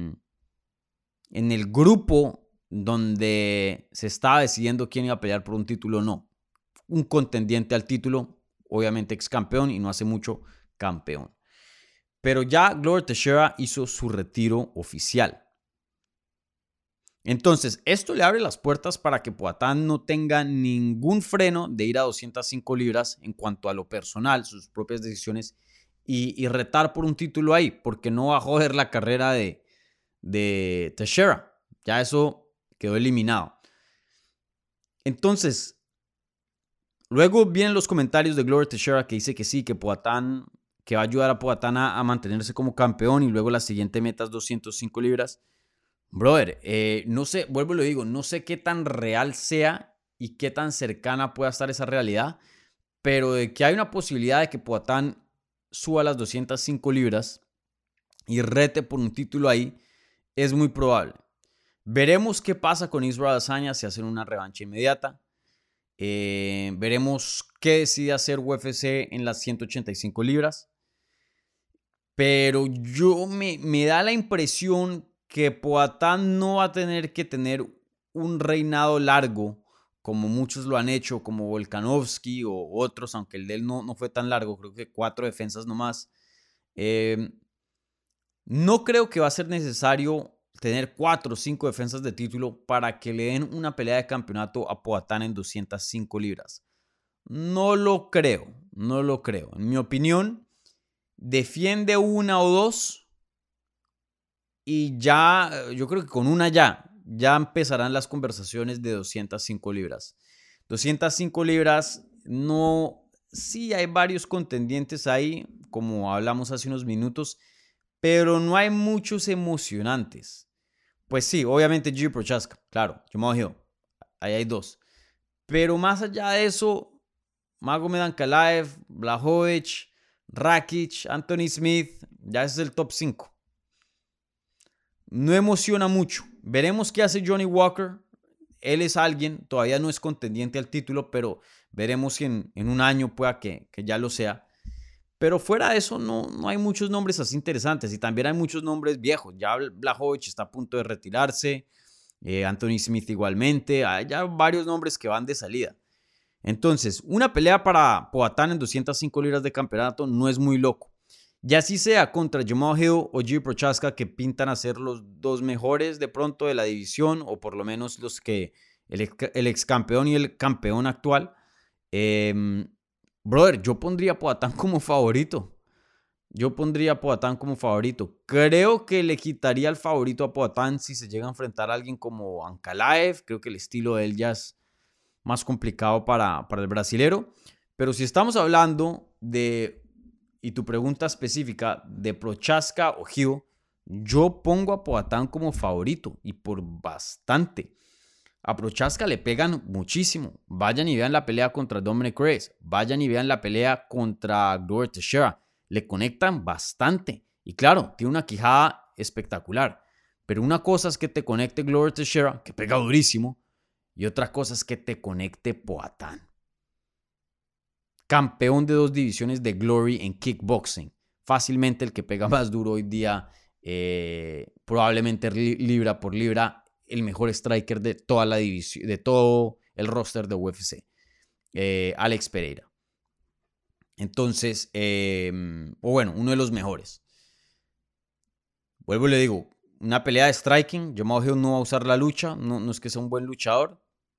en el grupo donde se estaba decidiendo quién iba a pelear por un título o no. Un contendiente al título, obviamente ex campeón y no hace mucho campeón. Pero ya Glover Teixeira hizo su retiro oficial. Entonces, esto le abre las puertas para que Poatan no tenga ningún freno de ir a doscientas cinco libras en cuanto a lo personal, sus propias decisiones, y, y retar por un título ahí, porque no va a joder la carrera de, de Teixeira. Ya eso quedó eliminado. Entonces, luego vienen los comentarios de Glover Teixeira que dice que sí, que Poatan, que va a ayudar a Poatan a, a mantenerse como campeón y luego la siguiente meta es doscientas cinco libras. Brother, eh, no sé, vuelvo y lo digo, no sé qué tan real sea y qué tan cercana pueda estar esa realidad, pero de que hay una posibilidad de que Poatan suba a las doscientas cinco libras y rete por un título ahí, es muy probable. Veremos qué pasa con Israel Adesanya si hacen una revancha inmediata. Eh, veremos qué decide hacer U F C en las ciento ochenta y cinco libras. Pero yo me, me da la impresión que Poatan no va a tener que tener un reinado largo como muchos lo han hecho, como Volkanovski o otros, aunque el de él no, no fue tan largo, creo que cuatro defensas nomás. Eh, no creo que va a ser necesario tener cuatro o cinco defensas de título para que le den una pelea de campeonato a Poatan en doscientas cinco libras. No lo creo, no lo creo. En mi opinión, defiende una o dos y ya, yo creo que con una ya, ya empezarán las conversaciones de doscientas cinco libras. doscientas cinco libras, no, sí hay varios contendientes ahí, como hablamos hace unos minutos, pero no hay muchos emocionantes. Pues sí, obviamente Jiri Prochazka, claro, Jamal Hill, ahí hay dos. Pero más allá de eso, Magomed Ankalaev, Blachowicz, Rakic, Anthony Smith, ya ese es el top cinco. No emociona mucho. Veremos qué hace Johnny Walker. Él es alguien, todavía no es contendiente al título, pero veremos si en, en un año pueda que, que ya lo sea. Pero fuera de eso, no, no hay muchos nombres así interesantes. Y también hay muchos nombres viejos. Ya Blachowicz está a punto de retirarse. Eh, Anthony Smith igualmente. Hay ya varios nombres que van de salida. Entonces, una pelea para Poatan en doscientas cinco libras de campeonato no es muy loco. Ya así sea contra Jamal Hill o Jiri Prochazka, que pintan a ser los dos mejores de pronto de la división, o por lo menos los que el, ex, el ex campeón y el campeón actual. Eh, brother, yo pondría a Poatan como favorito. Yo pondría a Poatan como favorito. Creo que le quitaría el favorito a Poatan si se llega a enfrentar a alguien como Ankalaev. Creo que el estilo de él ya es más complicado para, para el brasilero. Pero si estamos hablando de, y tu pregunta específica, de Prochazka o Hill, yo pongo a Poatan como favorito y por bastante. A Prochazka le pegan muchísimo. Vayan y vean la pelea contra Dominic Reyes. Vayan y vean la pelea contra Glover Teixeira. Le conectan bastante. Y claro, tiene una quijada espectacular. Pero una cosa es que te conecte Glover Teixeira, que pega durísimo. Y otra cosa es que te conecte Poatan. Campeón de dos divisiones de Glory en kickboxing. Fácilmente el que pega más duro hoy día. Eh, probablemente libra por libra. El mejor striker de toda la división, de todo el roster de U F C. Eh, Alex Pereira. Entonces, eh, o bueno, uno de los mejores. Vuelvo y le digo, una pelea de striking. Jamal Hill no va a usar la lucha. No, no es que sea un buen luchador.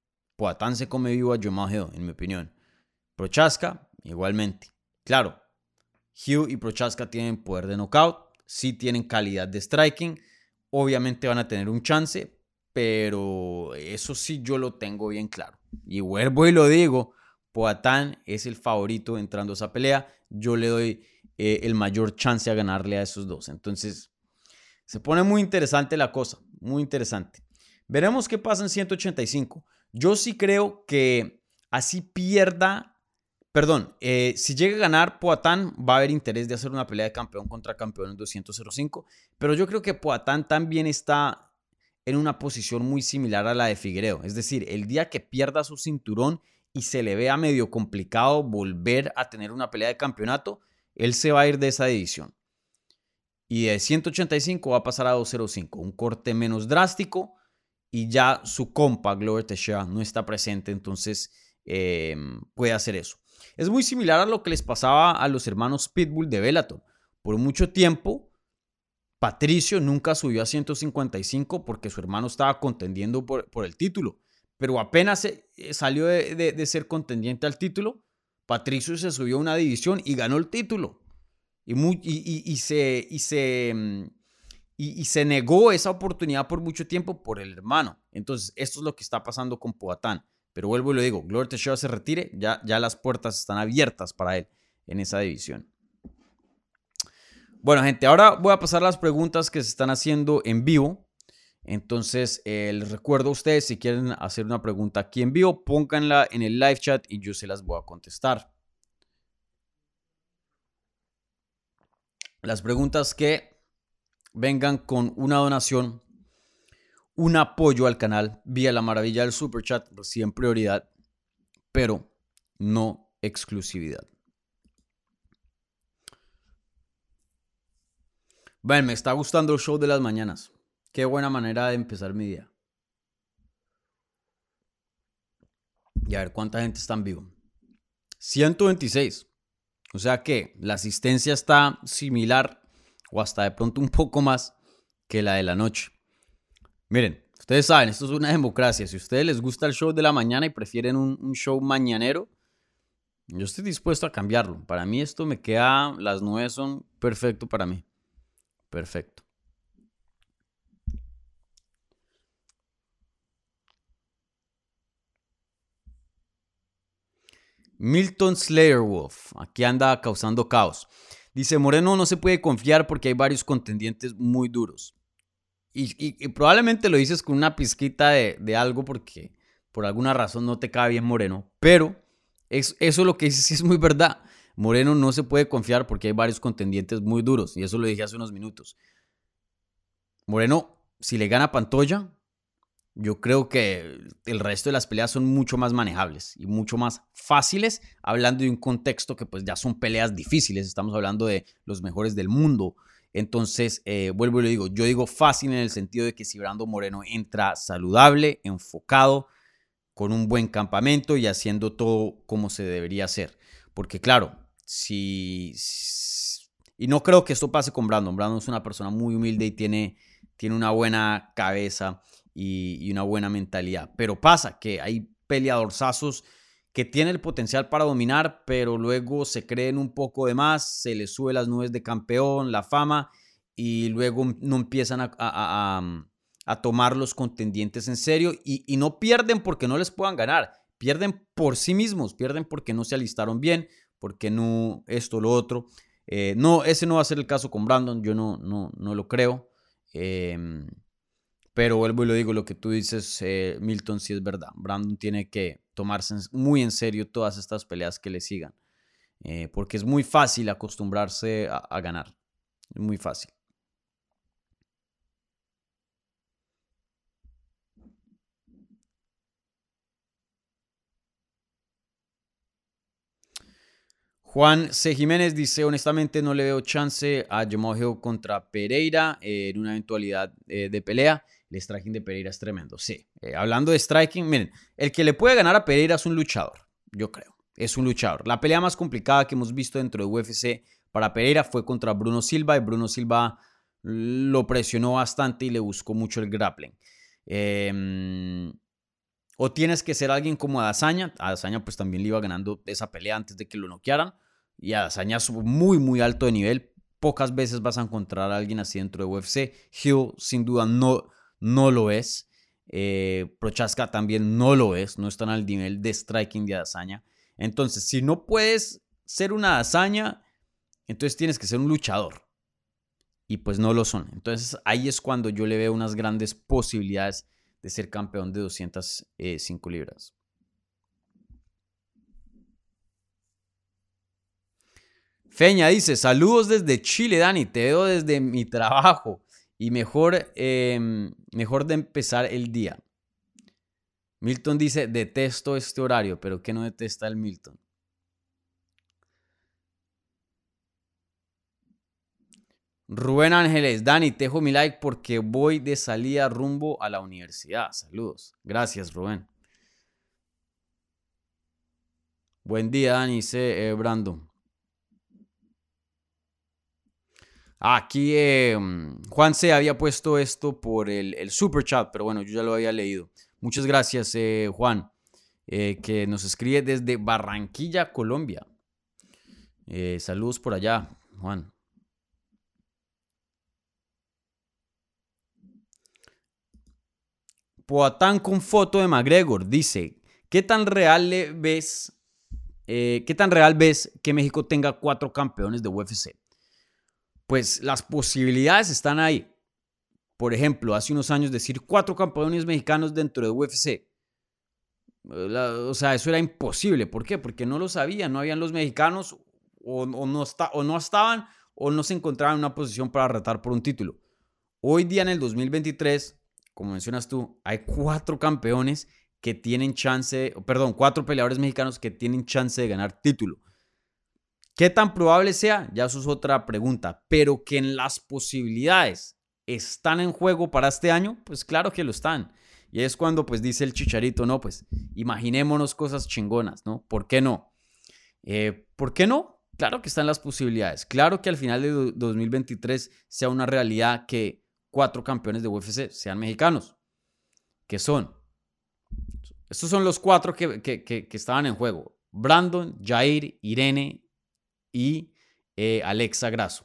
Poatan se come vivo a Jamal Hill, en mi opinión. Prochaska, igualmente. Claro, Hill y Prochaska tienen poder de knockout, sí tienen calidad de striking, obviamente van a tener un chance, pero eso sí yo lo tengo bien claro. Y vuelvo y lo digo, Poatan es el favorito entrando a esa pelea. Yo le doy eh, el mayor chance a ganarle a esos dos. Entonces, se pone muy interesante la cosa, muy interesante. Veremos qué pasa en ciento ochenta y cinco. Yo sí creo que así pierda, perdón, eh, si llega a ganar Poatan, va a haber interés de hacer una pelea de campeón contra campeón en doscientos cinco, pero yo creo que Poatan también está en una posición muy similar a la de Figueiredo. Es decir, el día que pierda su cinturón y se le vea medio complicado volver a tener una pelea de campeonato, él se va a ir de esa división. Y de ciento ochenta y cinco va a pasar a doscientos cinco, un corte menos drástico, y ya su compa Glover Teixeira no está presente, entonces eh, puede hacer eso. Es muy similar a lo que les pasaba a los hermanos Pitbull de Bellator. Por mucho tiempo, Patricio nunca subió a ciento cincuenta y cinco porque su hermano estaba contendiendo por, por el título. Pero apenas se, salió de, de, de ser contendiente al título, Patricio se subió a una división y ganó el título. Y, muy, y, y, y, se, y, se, y, y se negó esa oportunidad por mucho tiempo por el hermano. Entonces, esto es lo que está pasando con Poatan. Pero vuelvo y lo digo, Glover Teixeira se retire, ya, ya las puertas están abiertas para él en esa división. Bueno, gente, ahora voy a pasar las preguntas que se están haciendo en vivo. Entonces, eh, les recuerdo a ustedes, si quieren hacer una pregunta aquí en vivo, pónganla en el live chat y yo se las voy a contestar. Las preguntas que vengan con una donación, un apoyo al canal vía la maravilla del Super Chat, reciben prioridad, pero no exclusividad. Bueno, me está gustando el show de las mañanas. Qué buena manera de empezar mi día. Y a ver cuánta gente está en vivo. ciento veintiséis. O sea que la asistencia está similar o hasta de pronto un poco más que la de la noche. Miren, ustedes saben, esto es una democracia. Si a ustedes les gusta el show de la mañana y prefieren un, un show mañanero, yo estoy dispuesto a cambiarlo. Para mí esto me queda, las nueve son perfecto para mí. Perfecto. Milton Slayerwolf, aquí anda causando caos. Dice, Moreno no se puede confiar porque hay varios contendientes muy duros. Y, y, y probablemente lo dices con una pizquita de, de algo porque por alguna razón no te cae bien Moreno. Pero es, eso lo que dices sí es muy verdad. Moreno no se puede confiar porque hay varios contendientes muy duros. Y eso lo dije hace unos minutos. Moreno, si le gana Pantoja, yo creo que el resto de las peleas son mucho más manejables y mucho más fáciles, hablando de un contexto que pues ya son peleas difíciles, estamos hablando de los mejores del mundo. Entonces, eh, vuelvo y le digo, yo digo fácil en el sentido de que si Brando Moreno entra saludable, enfocado, con un buen campamento y haciendo todo como se debería hacer. Porque claro, si... si y no creo que esto pase con Brandon. Brandon es una persona muy humilde y tiene, tiene una buena cabeza y, y una buena mentalidad. Pero pasa que hay peleadorzazos que tienen el potencial para dominar, pero luego se creen un poco de más, se les sube las nubes de campeón, la fama, y luego no empiezan a, a, a, a tomar los contendientes en serio y, y no pierden porque no les puedan ganar, pierden por sí mismos, pierden porque no se alistaron bien, porque no esto, lo otro. Eh, no, ese no va a ser el caso con Brandon, yo no, no, no lo creo. Eh, pero vuelvo y lo digo, lo que tú dices, eh, Milton, sí es verdad. Brandon tiene que tomarse muy en serio todas estas peleas que le sigan. Eh, porque es muy fácil acostumbrarse a, a ganar. Es muy fácil. Juan C. Jiménez dice, honestamente no le veo chance a Jamal Hill contra Pereira eh, en una eventualidad eh, de pelea. El striking de Pereira es tremendo. Sí, eh, hablando de striking, miren, el que le puede ganar a Pereira es un luchador, yo creo. Es un luchador. La pelea más complicada que hemos visto dentro de U F C para Pereira fue contra Bruno Silva y Bruno Silva lo presionó bastante y le buscó mucho el grappling. Eh, O tienes que ser alguien como Adesanya. Adesanya pues también le iba ganando esa pelea antes de que lo noquearan. Y Adesanya es muy, muy alto de nivel. Pocas veces vas a encontrar a alguien así dentro de U F C. Hill sin duda no, no lo es. Eh, Prochaska también no lo es. No están al nivel de striking de Adesanya. Entonces, si no puedes ser una Adesanya, entonces tienes que ser un luchador. Y pues no lo son. Entonces ahí es cuando yo le veo unas grandes posibilidades de ser campeón de doscientas cinco libras. Feña dice, saludos desde Chile, Dani, te veo desde mi trabajo y mejor, eh, mejor de empezar el día. Milton dice, detesto este horario, pero ¿qué no detesta el Milton? Rubén Ángeles, Dani, te dejo mi like porque voy de salida rumbo a la universidad. Saludos. Gracias, Rubén. Buen día, Dani, dice eh, Brandon. Aquí eh, Juan C. había puesto esto por el, el super chat, pero bueno, yo ya lo había leído. Muchas gracias, eh, Juan, eh, que nos escribe desde Barranquilla, Colombia. Eh, saludos por allá, Juan. Poatán con foto de McGregor dice, ¿qué tan real le ves, eh, qué tan real ves que México tenga cuatro campeones de U F C? Pues las posibilidades están ahí. Por ejemplo, hace unos años decir cuatro campeones mexicanos dentro de U F C. La, o sea, eso era imposible. ¿Por qué? Porque no lo sabían, no habían los mexicanos o, o, no está, o no estaban o no se encontraban en una posición para retar por un título. Hoy día en el dos mil veintitrés, como mencionas tú, hay cuatro campeones que tienen chance, perdón, cuatro peleadores mexicanos que tienen chance de ganar título. ¿Qué tan probable sea? Ya eso es otra pregunta, pero que en las posibilidades están en juego para este año, pues claro que lo están. Y es cuando pues dice el Chicharito, no, pues imaginémonos cosas chingonas, ¿no? ¿Por qué no? Eh, ¿Por qué no? Claro que están las posibilidades. Claro que al final de dos mil veintitrés sea una realidad que cuatro campeones de U F C sean mexicanos. ¿Qué son? Estos son los cuatro que, que, que, que estaban en juego. Brandon, Jair, Irene y eh, Alexa Grasso.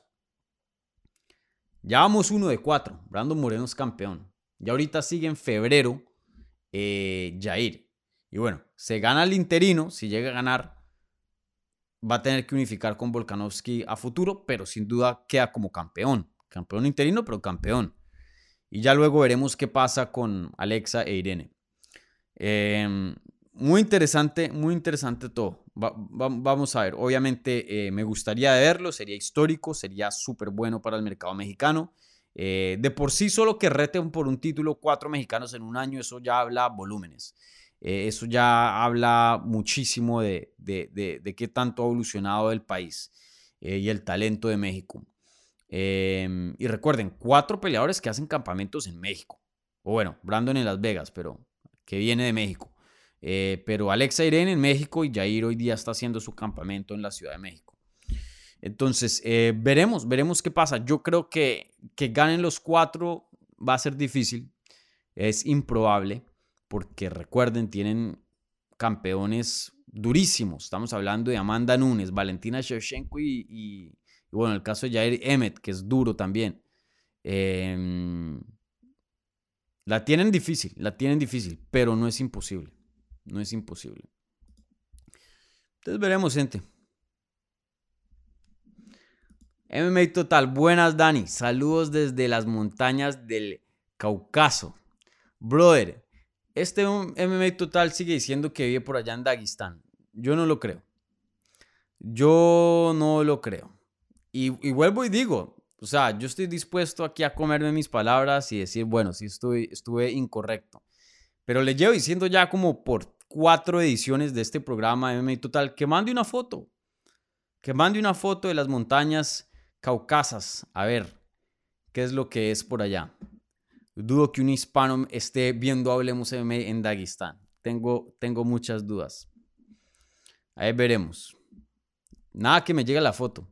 Ya vamos uno de cuatro. Brandon Moreno es campeón. Ya ahorita sigue en febrero eh, Jair. Y bueno, se gana el interino. Si llega a ganar, va a tener que unificar con Volkanovski a futuro, pero sin duda queda como campeón. Campeón interino, pero campeón. Y ya luego veremos qué pasa con Alexa e Irene. Eh, muy interesante, muy interesante todo. Va, va, vamos a ver. Obviamente eh, me gustaría verlo, sería histórico, sería súper bueno para el mercado mexicano. Eh, de por sí, solo que reten por un título cuatro mexicanos en un año, eso ya habla volúmenes. Eh, eso ya habla muchísimo de, de, de, de qué tanto ha evolucionado el país eh, y el talento de México. Eh, y recuerden, cuatro peleadores que hacen campamentos en México. O bueno, Brandon en Las Vegas, pero que viene de México. Eh, pero Alexa Irene en México y Jair hoy día está haciendo su campamento en la Ciudad de México. Entonces, eh, veremos, veremos qué pasa. Yo creo que que ganen los cuatro va a ser difícil. Es improbable porque recuerden, tienen campeones durísimos. Estamos hablando de Amanda Nunes, Valentina Shevchenko y, y, y bueno, el caso de Jair Emmett, que es duro también. Eh, la tienen difícil, la tienen difícil, pero no es imposible. No es imposible. Entonces veremos, gente. M M A Total, buenas Dani, saludos desde las montañas del Cáucaso. Brother, este M M A Total sigue diciendo que vive por allá en Dagestán. Yo no lo creo. Yo no lo creo. Y, y vuelvo y digo, o sea, yo estoy dispuesto aquí a comerme mis palabras y decir, bueno, sí estuve, estuve incorrecto. Pero le llevo diciendo ya como por cuatro ediciones de este programa M M A Total que mande una foto. Que mande una foto de las montañas caucasas. A ver, ¿qué es lo que es por allá? Dudo que un hispano esté viendo Hablemos M M A en Dagestán. Tengo, tengo muchas dudas. Ahí veremos. Nada que me llegue la foto.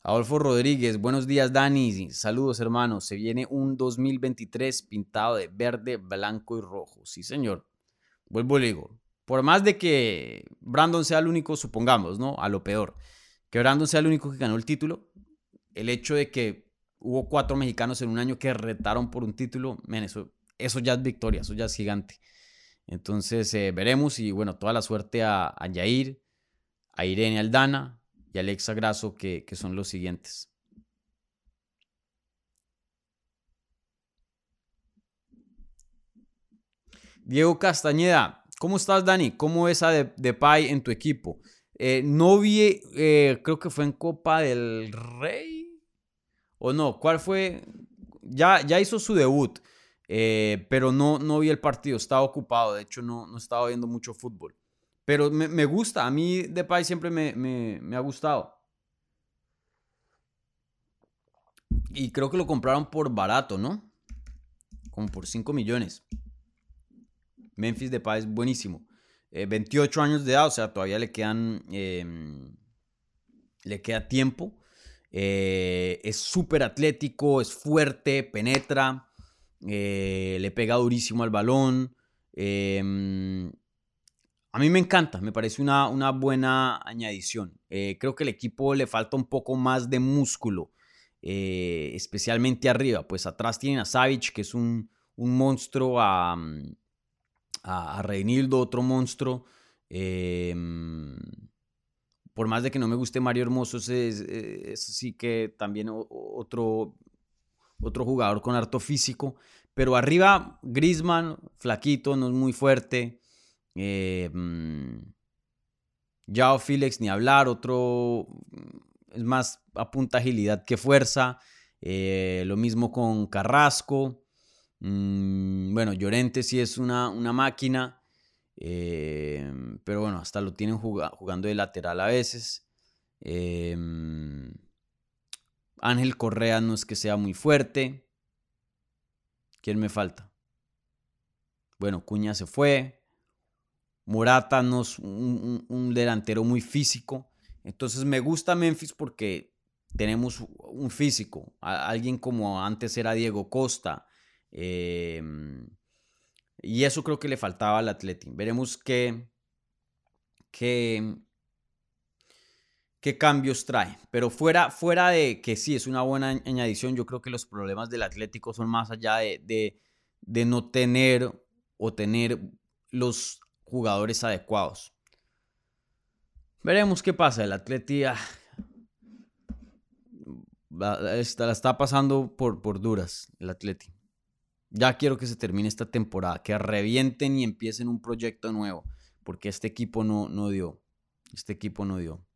Adolfo Rodríguez, buenos días Dani, saludos hermanos, se viene un dos mil veintitrés pintado de verde, blanco y rojo, sí señor, vuelvo y le digo, por más de que Brandon sea el único, supongamos, ¿no? A lo peor, que Brandon sea el único que ganó el título, el hecho de que hubo cuatro mexicanos en un año que retaron por un título, man, eso, eso ya es victoria, eso ya es gigante. Entonces eh, veremos y bueno, toda la suerte a, a Yair, a Irene Aldana y a Alexa Grasso que, que son los siguientes. Diego Castañeda, ¿cómo estás Dani? ¿Cómo ves a Depay en tu equipo? Eh, no vi, eh, creo que fue en Copa del Rey. ¿O no? ¿Cuál fue? Ya, ya hizo su debut, eh, pero no, no vi el partido, estaba ocupado, de hecho no, no estaba viendo mucho fútbol. Pero me, me gusta, a mí Depay siempre me, me, me ha gustado. Y creo que lo compraron por barato, ¿no? Como por cinco millones. Memphis Depay es buenísimo. Eh, veintiocho años de edad, o sea, todavía le quedan... Eh, le queda tiempo. Eh, es súper atlético, es fuerte, penetra, eh, le pega durísimo al balón. Eh, a mí me encanta, me parece una, una buena añadición. Eh, creo que al equipo le falta un poco más de músculo, eh, especialmente arriba. Pues atrás tienen a Savic, que es un, un monstruo, a, a, a Reinildo, otro monstruo. Eh, Por más de que no me guste Mario Hermoso, es, es, es sí que también otro, otro jugador con harto físico. Pero arriba, Griezmann, flaquito, no es muy fuerte. Eh, Joao Félix, ni hablar. Otro es más apunta agilidad que fuerza. Eh, lo mismo con Carrasco. Mm, bueno, Llorente sí es una, una máquina. Eh, pero bueno, hasta lo tienen jug- jugando de lateral a veces. Eh, Ángel Correa no es que sea muy fuerte. ¿Quién me falta? Bueno, Cuña se fue. Morata no es un, un, un delantero muy físico. Entonces me gusta Memphis porque tenemos un físico. A, alguien como antes era Diego Costa. Eh, Y eso creo que le faltaba al Atleti. Veremos qué, qué, qué cambios trae. Pero fuera, fuera de que sí, es una buena añadición, yo creo que los problemas del Atlético son más allá de, de, de no tener o tener los jugadores adecuados. Veremos qué pasa. El Atleti ah, la, está, la está pasando por, por duras, el Atleti. Ya quiero que se termine esta temporada, que revienten y empiecen un proyecto nuevo, porque este equipo no, no dio. Este equipo no dio.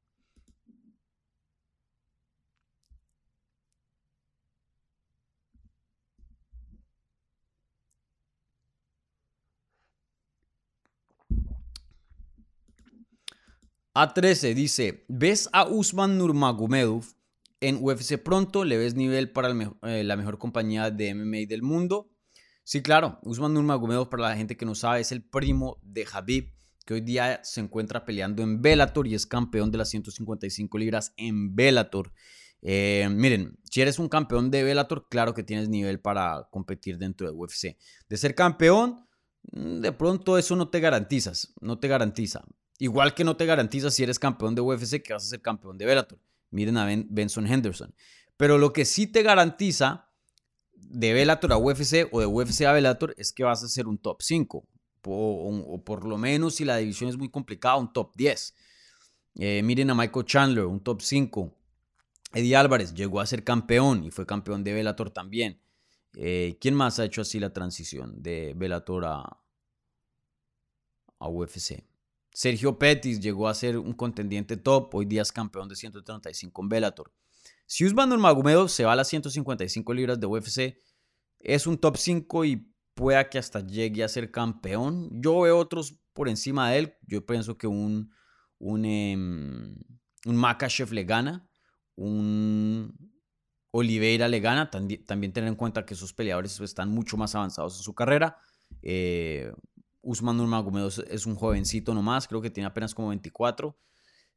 A trece dice, ¿ves a Usman Nurmagomedov en U F C pronto? ¿Le ves nivel para el me eh, la mejor compañía de M M A del mundo? Sí, claro. Usman Nurmagomedov, para la gente que no sabe, es el primo de Khabib, que hoy día se encuentra peleando en Bellator y es campeón de las ciento cincuenta y cinco libras en Bellator. Eh, miren, si eres un campeón de Bellator, claro que tienes nivel para competir dentro de U F C. De ser campeón, de pronto eso no te garantizas, no te garantiza. Igual que no te garantiza si eres campeón de U F C que vas a ser campeón de Bellator. Miren a ben, Benson Henderson. Pero lo que sí te garantiza de Bellator a U F C o de U F C a Bellator es que vas a ser un top cinco. O, o, o por lo menos, si la división es muy complicada, un top diez. Eh, miren a Michael Chandler, un top cinco. Eddie Álvarez llegó a ser campeón y fue campeón de Bellator también. Eh, ¿Quién más ha hecho así la transición de Bellator a, a U F C? Sergio Pettis llegó a ser un contendiente top, hoy día es campeón de ciento treinta y cinco en Bellator. Si Usman Nurmagomedov se va a las ciento cincuenta y cinco libras de U F C, es un top cinco y pueda que hasta llegue a ser campeón. Yo veo otros por encima de él. Yo pienso que un, un, eh, un Makhachev le gana, un Oliveira le gana. También, también tener en cuenta que esos peleadores están mucho más avanzados en su carrera. Eh, Usman Nurmagomedov es un jovencito nomás, creo que tiene apenas como veinticuatro.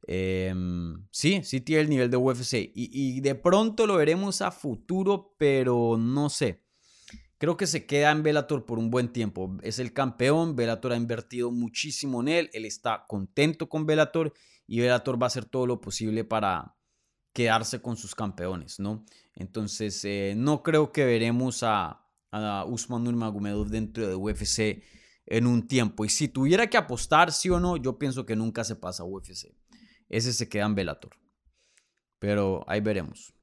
Eh, sí, sí tiene el nivel de U F C. Y, y de pronto lo veremos a futuro, pero no sé. Creo que se queda en Bellator por un buen tiempo. Es el campeón, Bellator ha invertido muchísimo en él, él está contento con Bellator y Bellator va a hacer todo lo posible para quedarse con sus campeones, ¿no? Entonces, eh, no creo que veremos a, a Usman Nurmagomedov dentro de U F C en un tiempo. Y si tuviera que apostar, sí o no, yo pienso que nunca se pasa a U F C. Ese se queda en Bellator. Pero ahí veremos.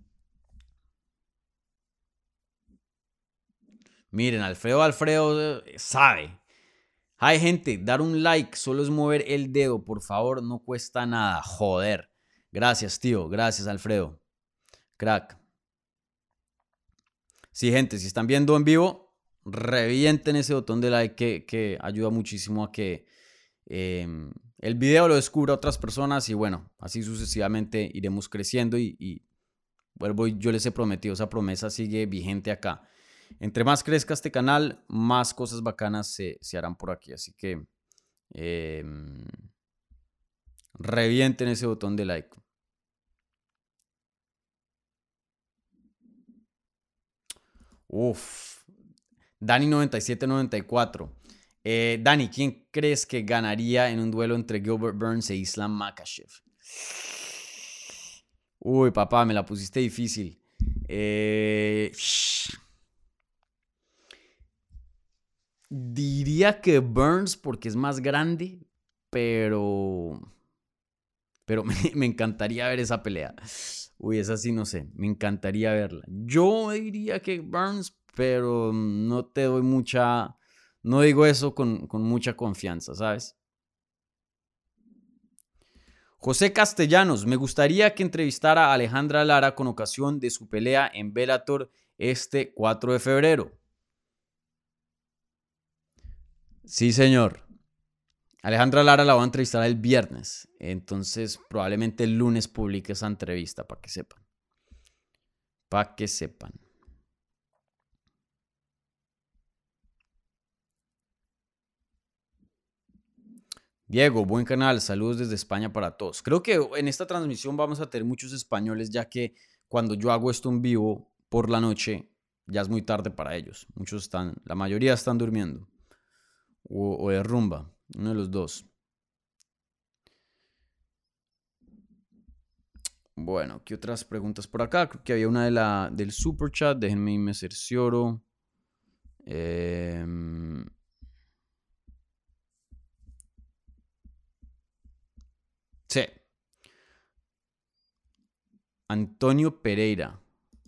Miren, Alfredo Alfredo eh, sabe. Hay gente, dar un like, solo es mover el dedo, por favor, no cuesta nada. Joder. Gracias, tío. Gracias, Alfredo. Crack. Sí, gente, si están viendo en vivo, revienten ese botón de like que, que ayuda muchísimo a que eh, el video lo descubra otras personas y bueno, así sucesivamente iremos creciendo y, y vuelvo, yo les he prometido, esa promesa sigue vigente acá. Entre más crezca este canal, más cosas bacanas se, se harán por aquí. Así que eh, revienten ese botón de like. Uf. Dani noventa y siete noventa y cuatro. Eh, Dani, ¿quién crees que ganaría en un duelo entre Gilbert Burns e Islam Makhachev? Uy, papá, me la pusiste difícil. Eh... Diría que Burns porque es más grande, pero... Pero me, me encantaría ver esa pelea. Uy, esa sí no sé, me encantaría verla. Yo diría que Burns, pero no te doy mucha... No digo eso con, con mucha confianza, ¿sabes? José Castellanos, me gustaría que entrevistara a Alejandra Lara con ocasión de su pelea en Bellator este cuatro de febrero. Sí, señor. Alejandra Lara la voy a entrevistar el viernes, entonces probablemente el lunes publique esa entrevista para que sepan. Para que sepan. Diego, buen canal, saludos desde España para todos. Creo que en esta transmisión vamos a tener muchos españoles, ya que cuando yo hago esto en vivo por la noche, ya es muy tarde para ellos. Muchos están, la mayoría están durmiendo. O, o de rumba, uno de los dos. Bueno, ¿qué otras preguntas por acá? Creo que había una de la, del super chat, déjenme me cercioro. Eh... Sí. Antonio Pereira.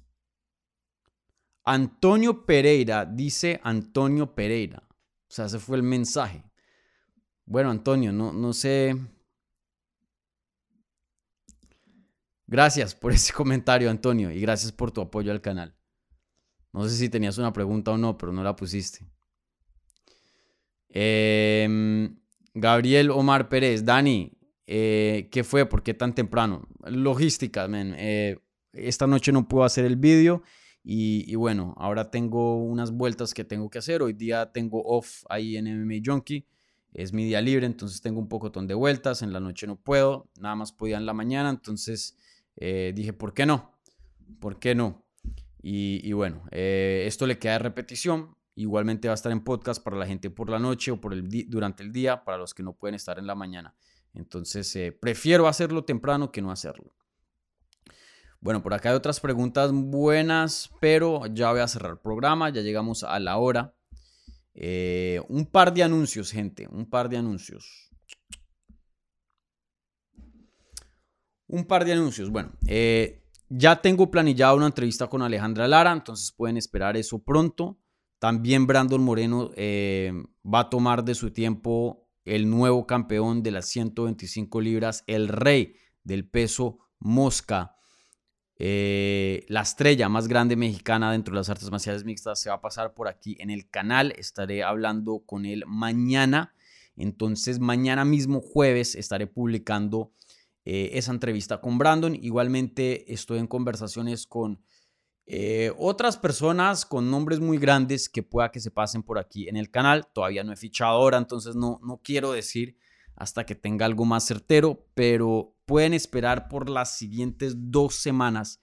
Antonio Pereira, dice Antonio Pereira. O sea, ese fue el mensaje. Bueno, Antonio, no, no sé. Gracias por ese comentario, Antonio, y gracias por tu apoyo al canal. No sé si tenías una pregunta o no, pero no la pusiste. Eh, Gabriel Omar Pérez, Dani, eh, ¿qué fue? ¿Por qué tan temprano? Logística, man. Eh, esta noche no puedo hacer el vídeo y, y bueno, ahora tengo unas vueltas que tengo que hacer. Hoy día tengo off ahí en M M A Junkie. Es mi día libre, entonces tengo un pocotón de vueltas. En la noche no puedo, nada más podía en la mañana. Entonces eh, dije, ¿por qué no? ¿Por qué no? Y, y bueno, eh, esto le queda de repetición. Igualmente va a estar en podcast para la gente por la noche o por el di- durante el día, para los que no pueden estar en la mañana. Entonces, eh, prefiero hacerlo temprano que no hacerlo. Bueno, por acá hay otras preguntas buenas, pero ya voy a cerrar el programa. Ya llegamos a la hora. Eh, un par de anuncios, gente. Un par de anuncios. Un par de anuncios. Bueno, eh, ya tengo planillada una entrevista con Alejandra Lara, entonces pueden esperar eso pronto. También Brandon Moreno eh, va a tomar de su tiempo el nuevo campeón de las ciento veinticinco libras, el rey del peso mosca. Eh, la estrella más grande mexicana dentro de las artes marciales mixtas se va a pasar por aquí en el canal. Estaré hablando con él mañana. Entonces mañana mismo jueves estaré publicando eh, esa entrevista con Brandon. Igualmente estoy en conversaciones con eh, otras personas con nombres muy grandes que pueda que se pasen por aquí en el canal. Todavía no he fichado ahora, entonces no, no quiero decir hasta que tenga algo más certero, pero pueden esperar por las siguientes dos semanas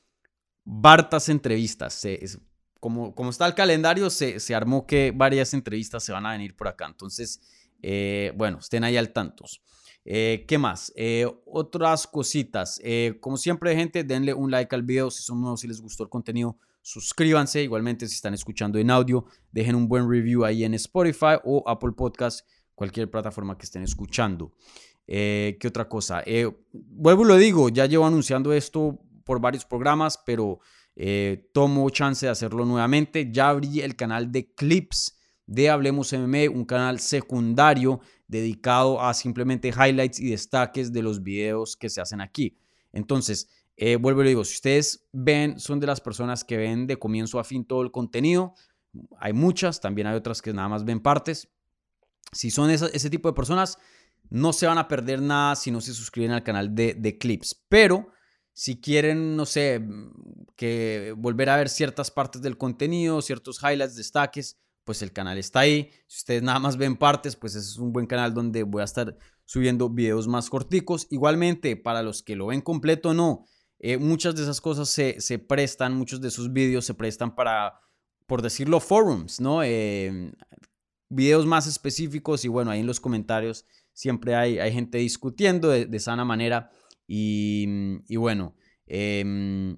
hartas entrevistas. Se, es, como, como está el calendario, se, se armó que varias entrevistas se van a venir por acá. Entonces, eh, bueno, estén ahí al tanto. Eh, ¿Qué más? Eh, otras cositas. Eh, como siempre, gente, denle un like al video si son nuevos, si les gustó el contenido. Suscríbanse. Igualmente, si están escuchando en audio, dejen un buen review ahí en Spotify o Apple Podcast, cualquier plataforma que estén escuchando. Eh, ¿Qué otra cosa? Eh, vuelvo y lo digo, ya llevo anunciando esto por varios programas, pero eh, tomo chance de hacerlo nuevamente. Ya abrí el canal de clips de Hablemos M M A, un canal secundario dedicado a simplemente highlights y destaques de los videos que se hacen aquí. Entonces, eh, vuelvo y le digo, si ustedes ven, son de las personas que ven de comienzo a fin todo el contenido, hay muchas, también hay otras que nada más ven partes. Si son esa, ese tipo de personas, no se van a perder nada si no se suscriben al canal de, de clips. Pero si quieren, no sé, que volver a ver ciertas partes del contenido, ciertos highlights, destaques, pues el canal está ahí. Si ustedes nada más ven partes, pues ese es un buen canal donde voy a estar subiendo videos más corticos. Igualmente, para los que lo ven completo, no. Eh, muchas de esas cosas se, se prestan, muchos de esos videos se prestan para, por decirlo, forums, ¿no? Eh, videos más específicos y bueno, ahí en los comentarios siempre hay, hay gente discutiendo de, de sana manera y, y bueno, eh,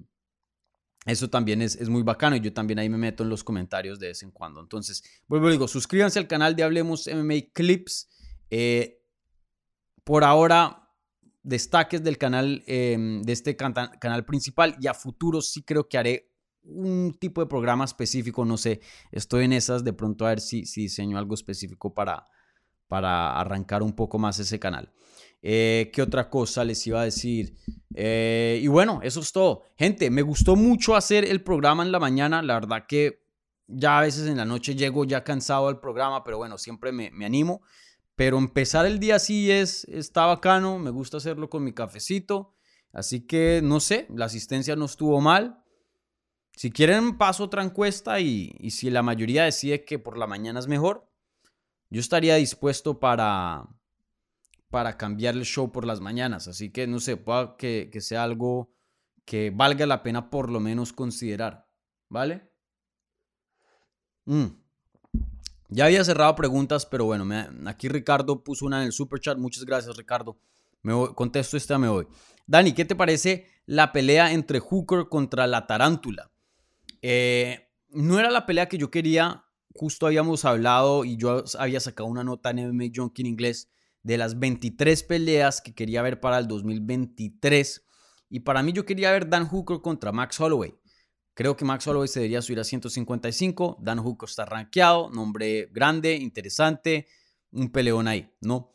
eso también es, es muy bacano y yo también ahí me meto en los comentarios de vez en cuando. Entonces, vuelvo y digo, suscríbanse al canal de Hablemos M M A Clips. Eh, por ahora, destaques del canal, eh, de este can- canal principal, y a futuro sí creo que haré un tipo de programa específico, no sé, estoy en esas, de pronto a ver si, si diseño algo específico para, para arrancar un poco más ese canal. Eh, ¿Qué otra cosa les iba a decir? Eh, y bueno, eso es todo. Gente, me gustó mucho hacer el programa en la mañana. La verdad que ya a veces en la noche llego ya cansado al programa, pero bueno, siempre me, me animo. Pero empezar el día así es, está bacano. Me gusta hacerlo con mi cafecito. Así que, no sé, la asistencia no estuvo mal. Si quieren, paso otra encuesta y, y si la mayoría decide que por la mañana es mejor, yo estaría dispuesto para... para cambiar el show por las mañanas. Así que, no sé, pueda que, que sea algo que valga la pena por lo menos considerar. ¿Vale? Mm. Ya había cerrado preguntas, pero bueno, me, aquí Ricardo puso una en el super chat. Muchas gracias, Ricardo. Me voy, contesto esta, me voy. Dani, ¿qué te parece la pelea entre Hooker contra la Tarántula? Eh, no era la pelea que yo quería. Justo habíamos hablado y yo había sacado una nota en M M A Junkie en inglés de las veintitrés peleas que quería ver para el dos mil veintitrés. Y para mí yo quería ver Dan Hooker contra Max Holloway. Creo que Max Holloway se debería subir a ciento cincuenta y cinco. Dan Hooker está rankeado, nombre grande, interesante, un peleón ahí, ¿no?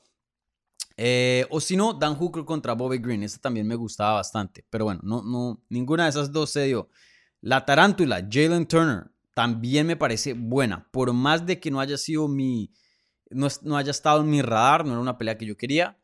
Eh, o si no, Dan Hooker contra Bobby Green. Esta también me gustaba bastante. Pero bueno, no, no, ninguna de esas dos se dio. La Tarántula, Jalen Turner, también me parece buena. Por más de que no haya sido mi... No, no haya estado en mi radar, no era una pelea que yo quería.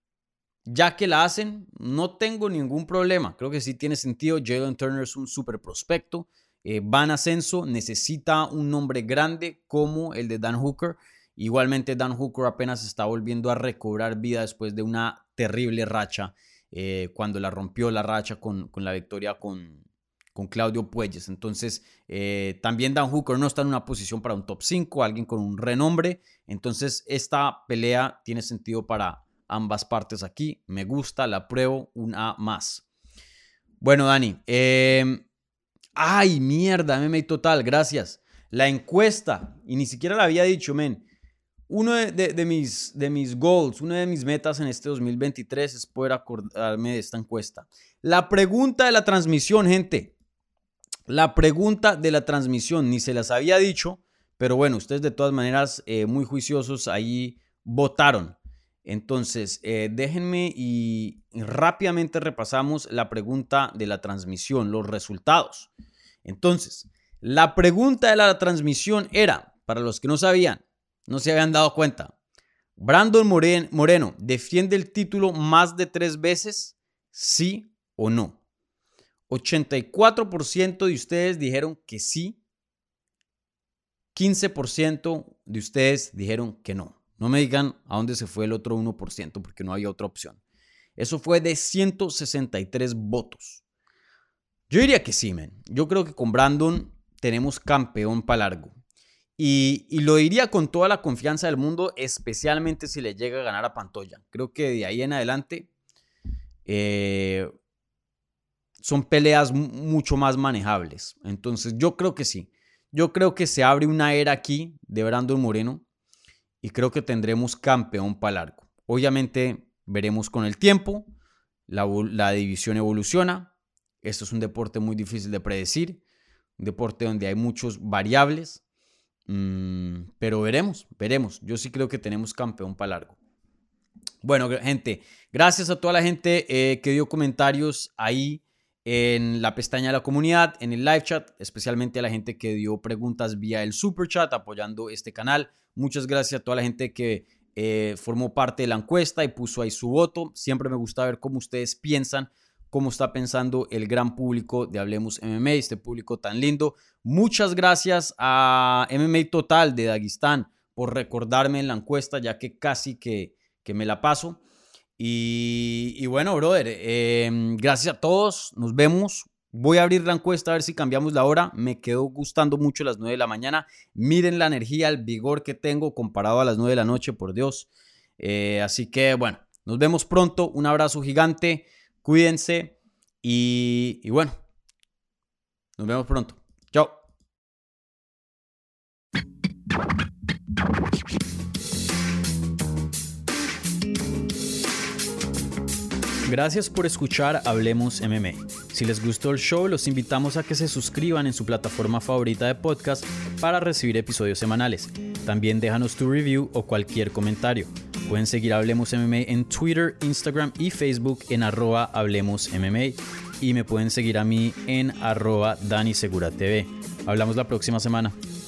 Ya que la hacen, no tengo ningún problema. Creo que sí tiene sentido. Jalen Turner es un súper prospecto. Eh, va en ascenso, necesita un nombre grande como el de Dan Hooker. Igualmente, Dan Hooker apenas está volviendo a recobrar vida después de una terrible racha. Eh, cuando la rompió la racha con, con la victoria con, con Claudio Puelles. Entonces, eh, también Dan Hooker no está en una posición para un top cinco, alguien con un renombre. Entonces, esta pelea tiene sentido para ambas partes aquí. Me gusta, la pruebo, un A más. Bueno, Dani. Eh, ay, mierda, M M A Total, gracias. La encuesta, y ni siquiera la había dicho, men. Uno de, de, de, mis, de mis goals, una de mis metas en este dos mil veintitrés es poder acordarme de esta encuesta. La pregunta de la transmisión, gente. La pregunta de la transmisión, ni se las había dicho, pero bueno, ustedes de todas maneras eh, muy juiciosos ahí votaron. Entonces, eh, déjenme y rápidamente repasamos la pregunta de la transmisión, los resultados. Entonces, la pregunta de la transmisión era, para los que no sabían, no se habían dado cuenta, ¿Brandon Moreno defiende el título más de tres veces? ¿Sí o no? ochenta y cuatro por ciento de ustedes dijeron que sí, quince por ciento de ustedes dijeron que no. No me digan a dónde se fue el otro uno por ciento porque no había otra opción. Eso fue de ciento sesenta y tres votos. Yo diría que sí, man. Yo creo que con Brandon tenemos campeón para largo. Y, y lo diría con toda la confianza del mundo, especialmente si le llega a ganar a Pantoja. Creo que de ahí en adelante eh, son peleas mucho más manejables. Entonces yo creo que sí. Yo creo que se abre una era aquí de Brandon Moreno y creo que tendremos campeón para largo. Obviamente veremos con el tiempo, la, la división evoluciona. Esto es un deporte muy difícil de predecir, un deporte donde hay muchos variables. Mm, pero veremos, veremos. Yo sí creo que tenemos campeón para largo. Bueno, gente, gracias a toda la gente eh, que dio comentarios ahí en la pestaña de la comunidad, en el live chat, especialmente a la gente que dio preguntas vía el super chat apoyando este canal. Muchas gracias a toda la gente que eh, formó parte de la encuesta y puso ahí su voto. Siempre me gusta ver cómo ustedes piensan, cómo está pensando el gran público de Hablemos M M A, este público tan lindo. Muchas gracias a M M A Total de Daguestán por recordarme en la encuesta, ya que casi que, que me la paso. Y, y bueno, brother, eh, gracias a todos, nos vemos. Voy a abrir la encuesta a ver si cambiamos la hora. Me quedó gustando mucho las nueve de la mañana. Miren la energía, el vigor que tengo comparado a las nueve de la noche, por Dios. Eh, así que bueno, nos vemos pronto. Un abrazo gigante. Cuídense y, y bueno, nos vemos pronto. Chao. Gracias por escuchar Hablemos M M A. Si les gustó el show, los invitamos a que se suscriban en su plataforma favorita de podcast para recibir episodios semanales. También déjanos tu review o cualquier comentario. Pueden seguir Hablemos M M A en Twitter, Instagram y Facebook en arroba Hablemos M M A y me pueden seguir a mí en arroba Dani Segura T V. Hablamos la próxima semana.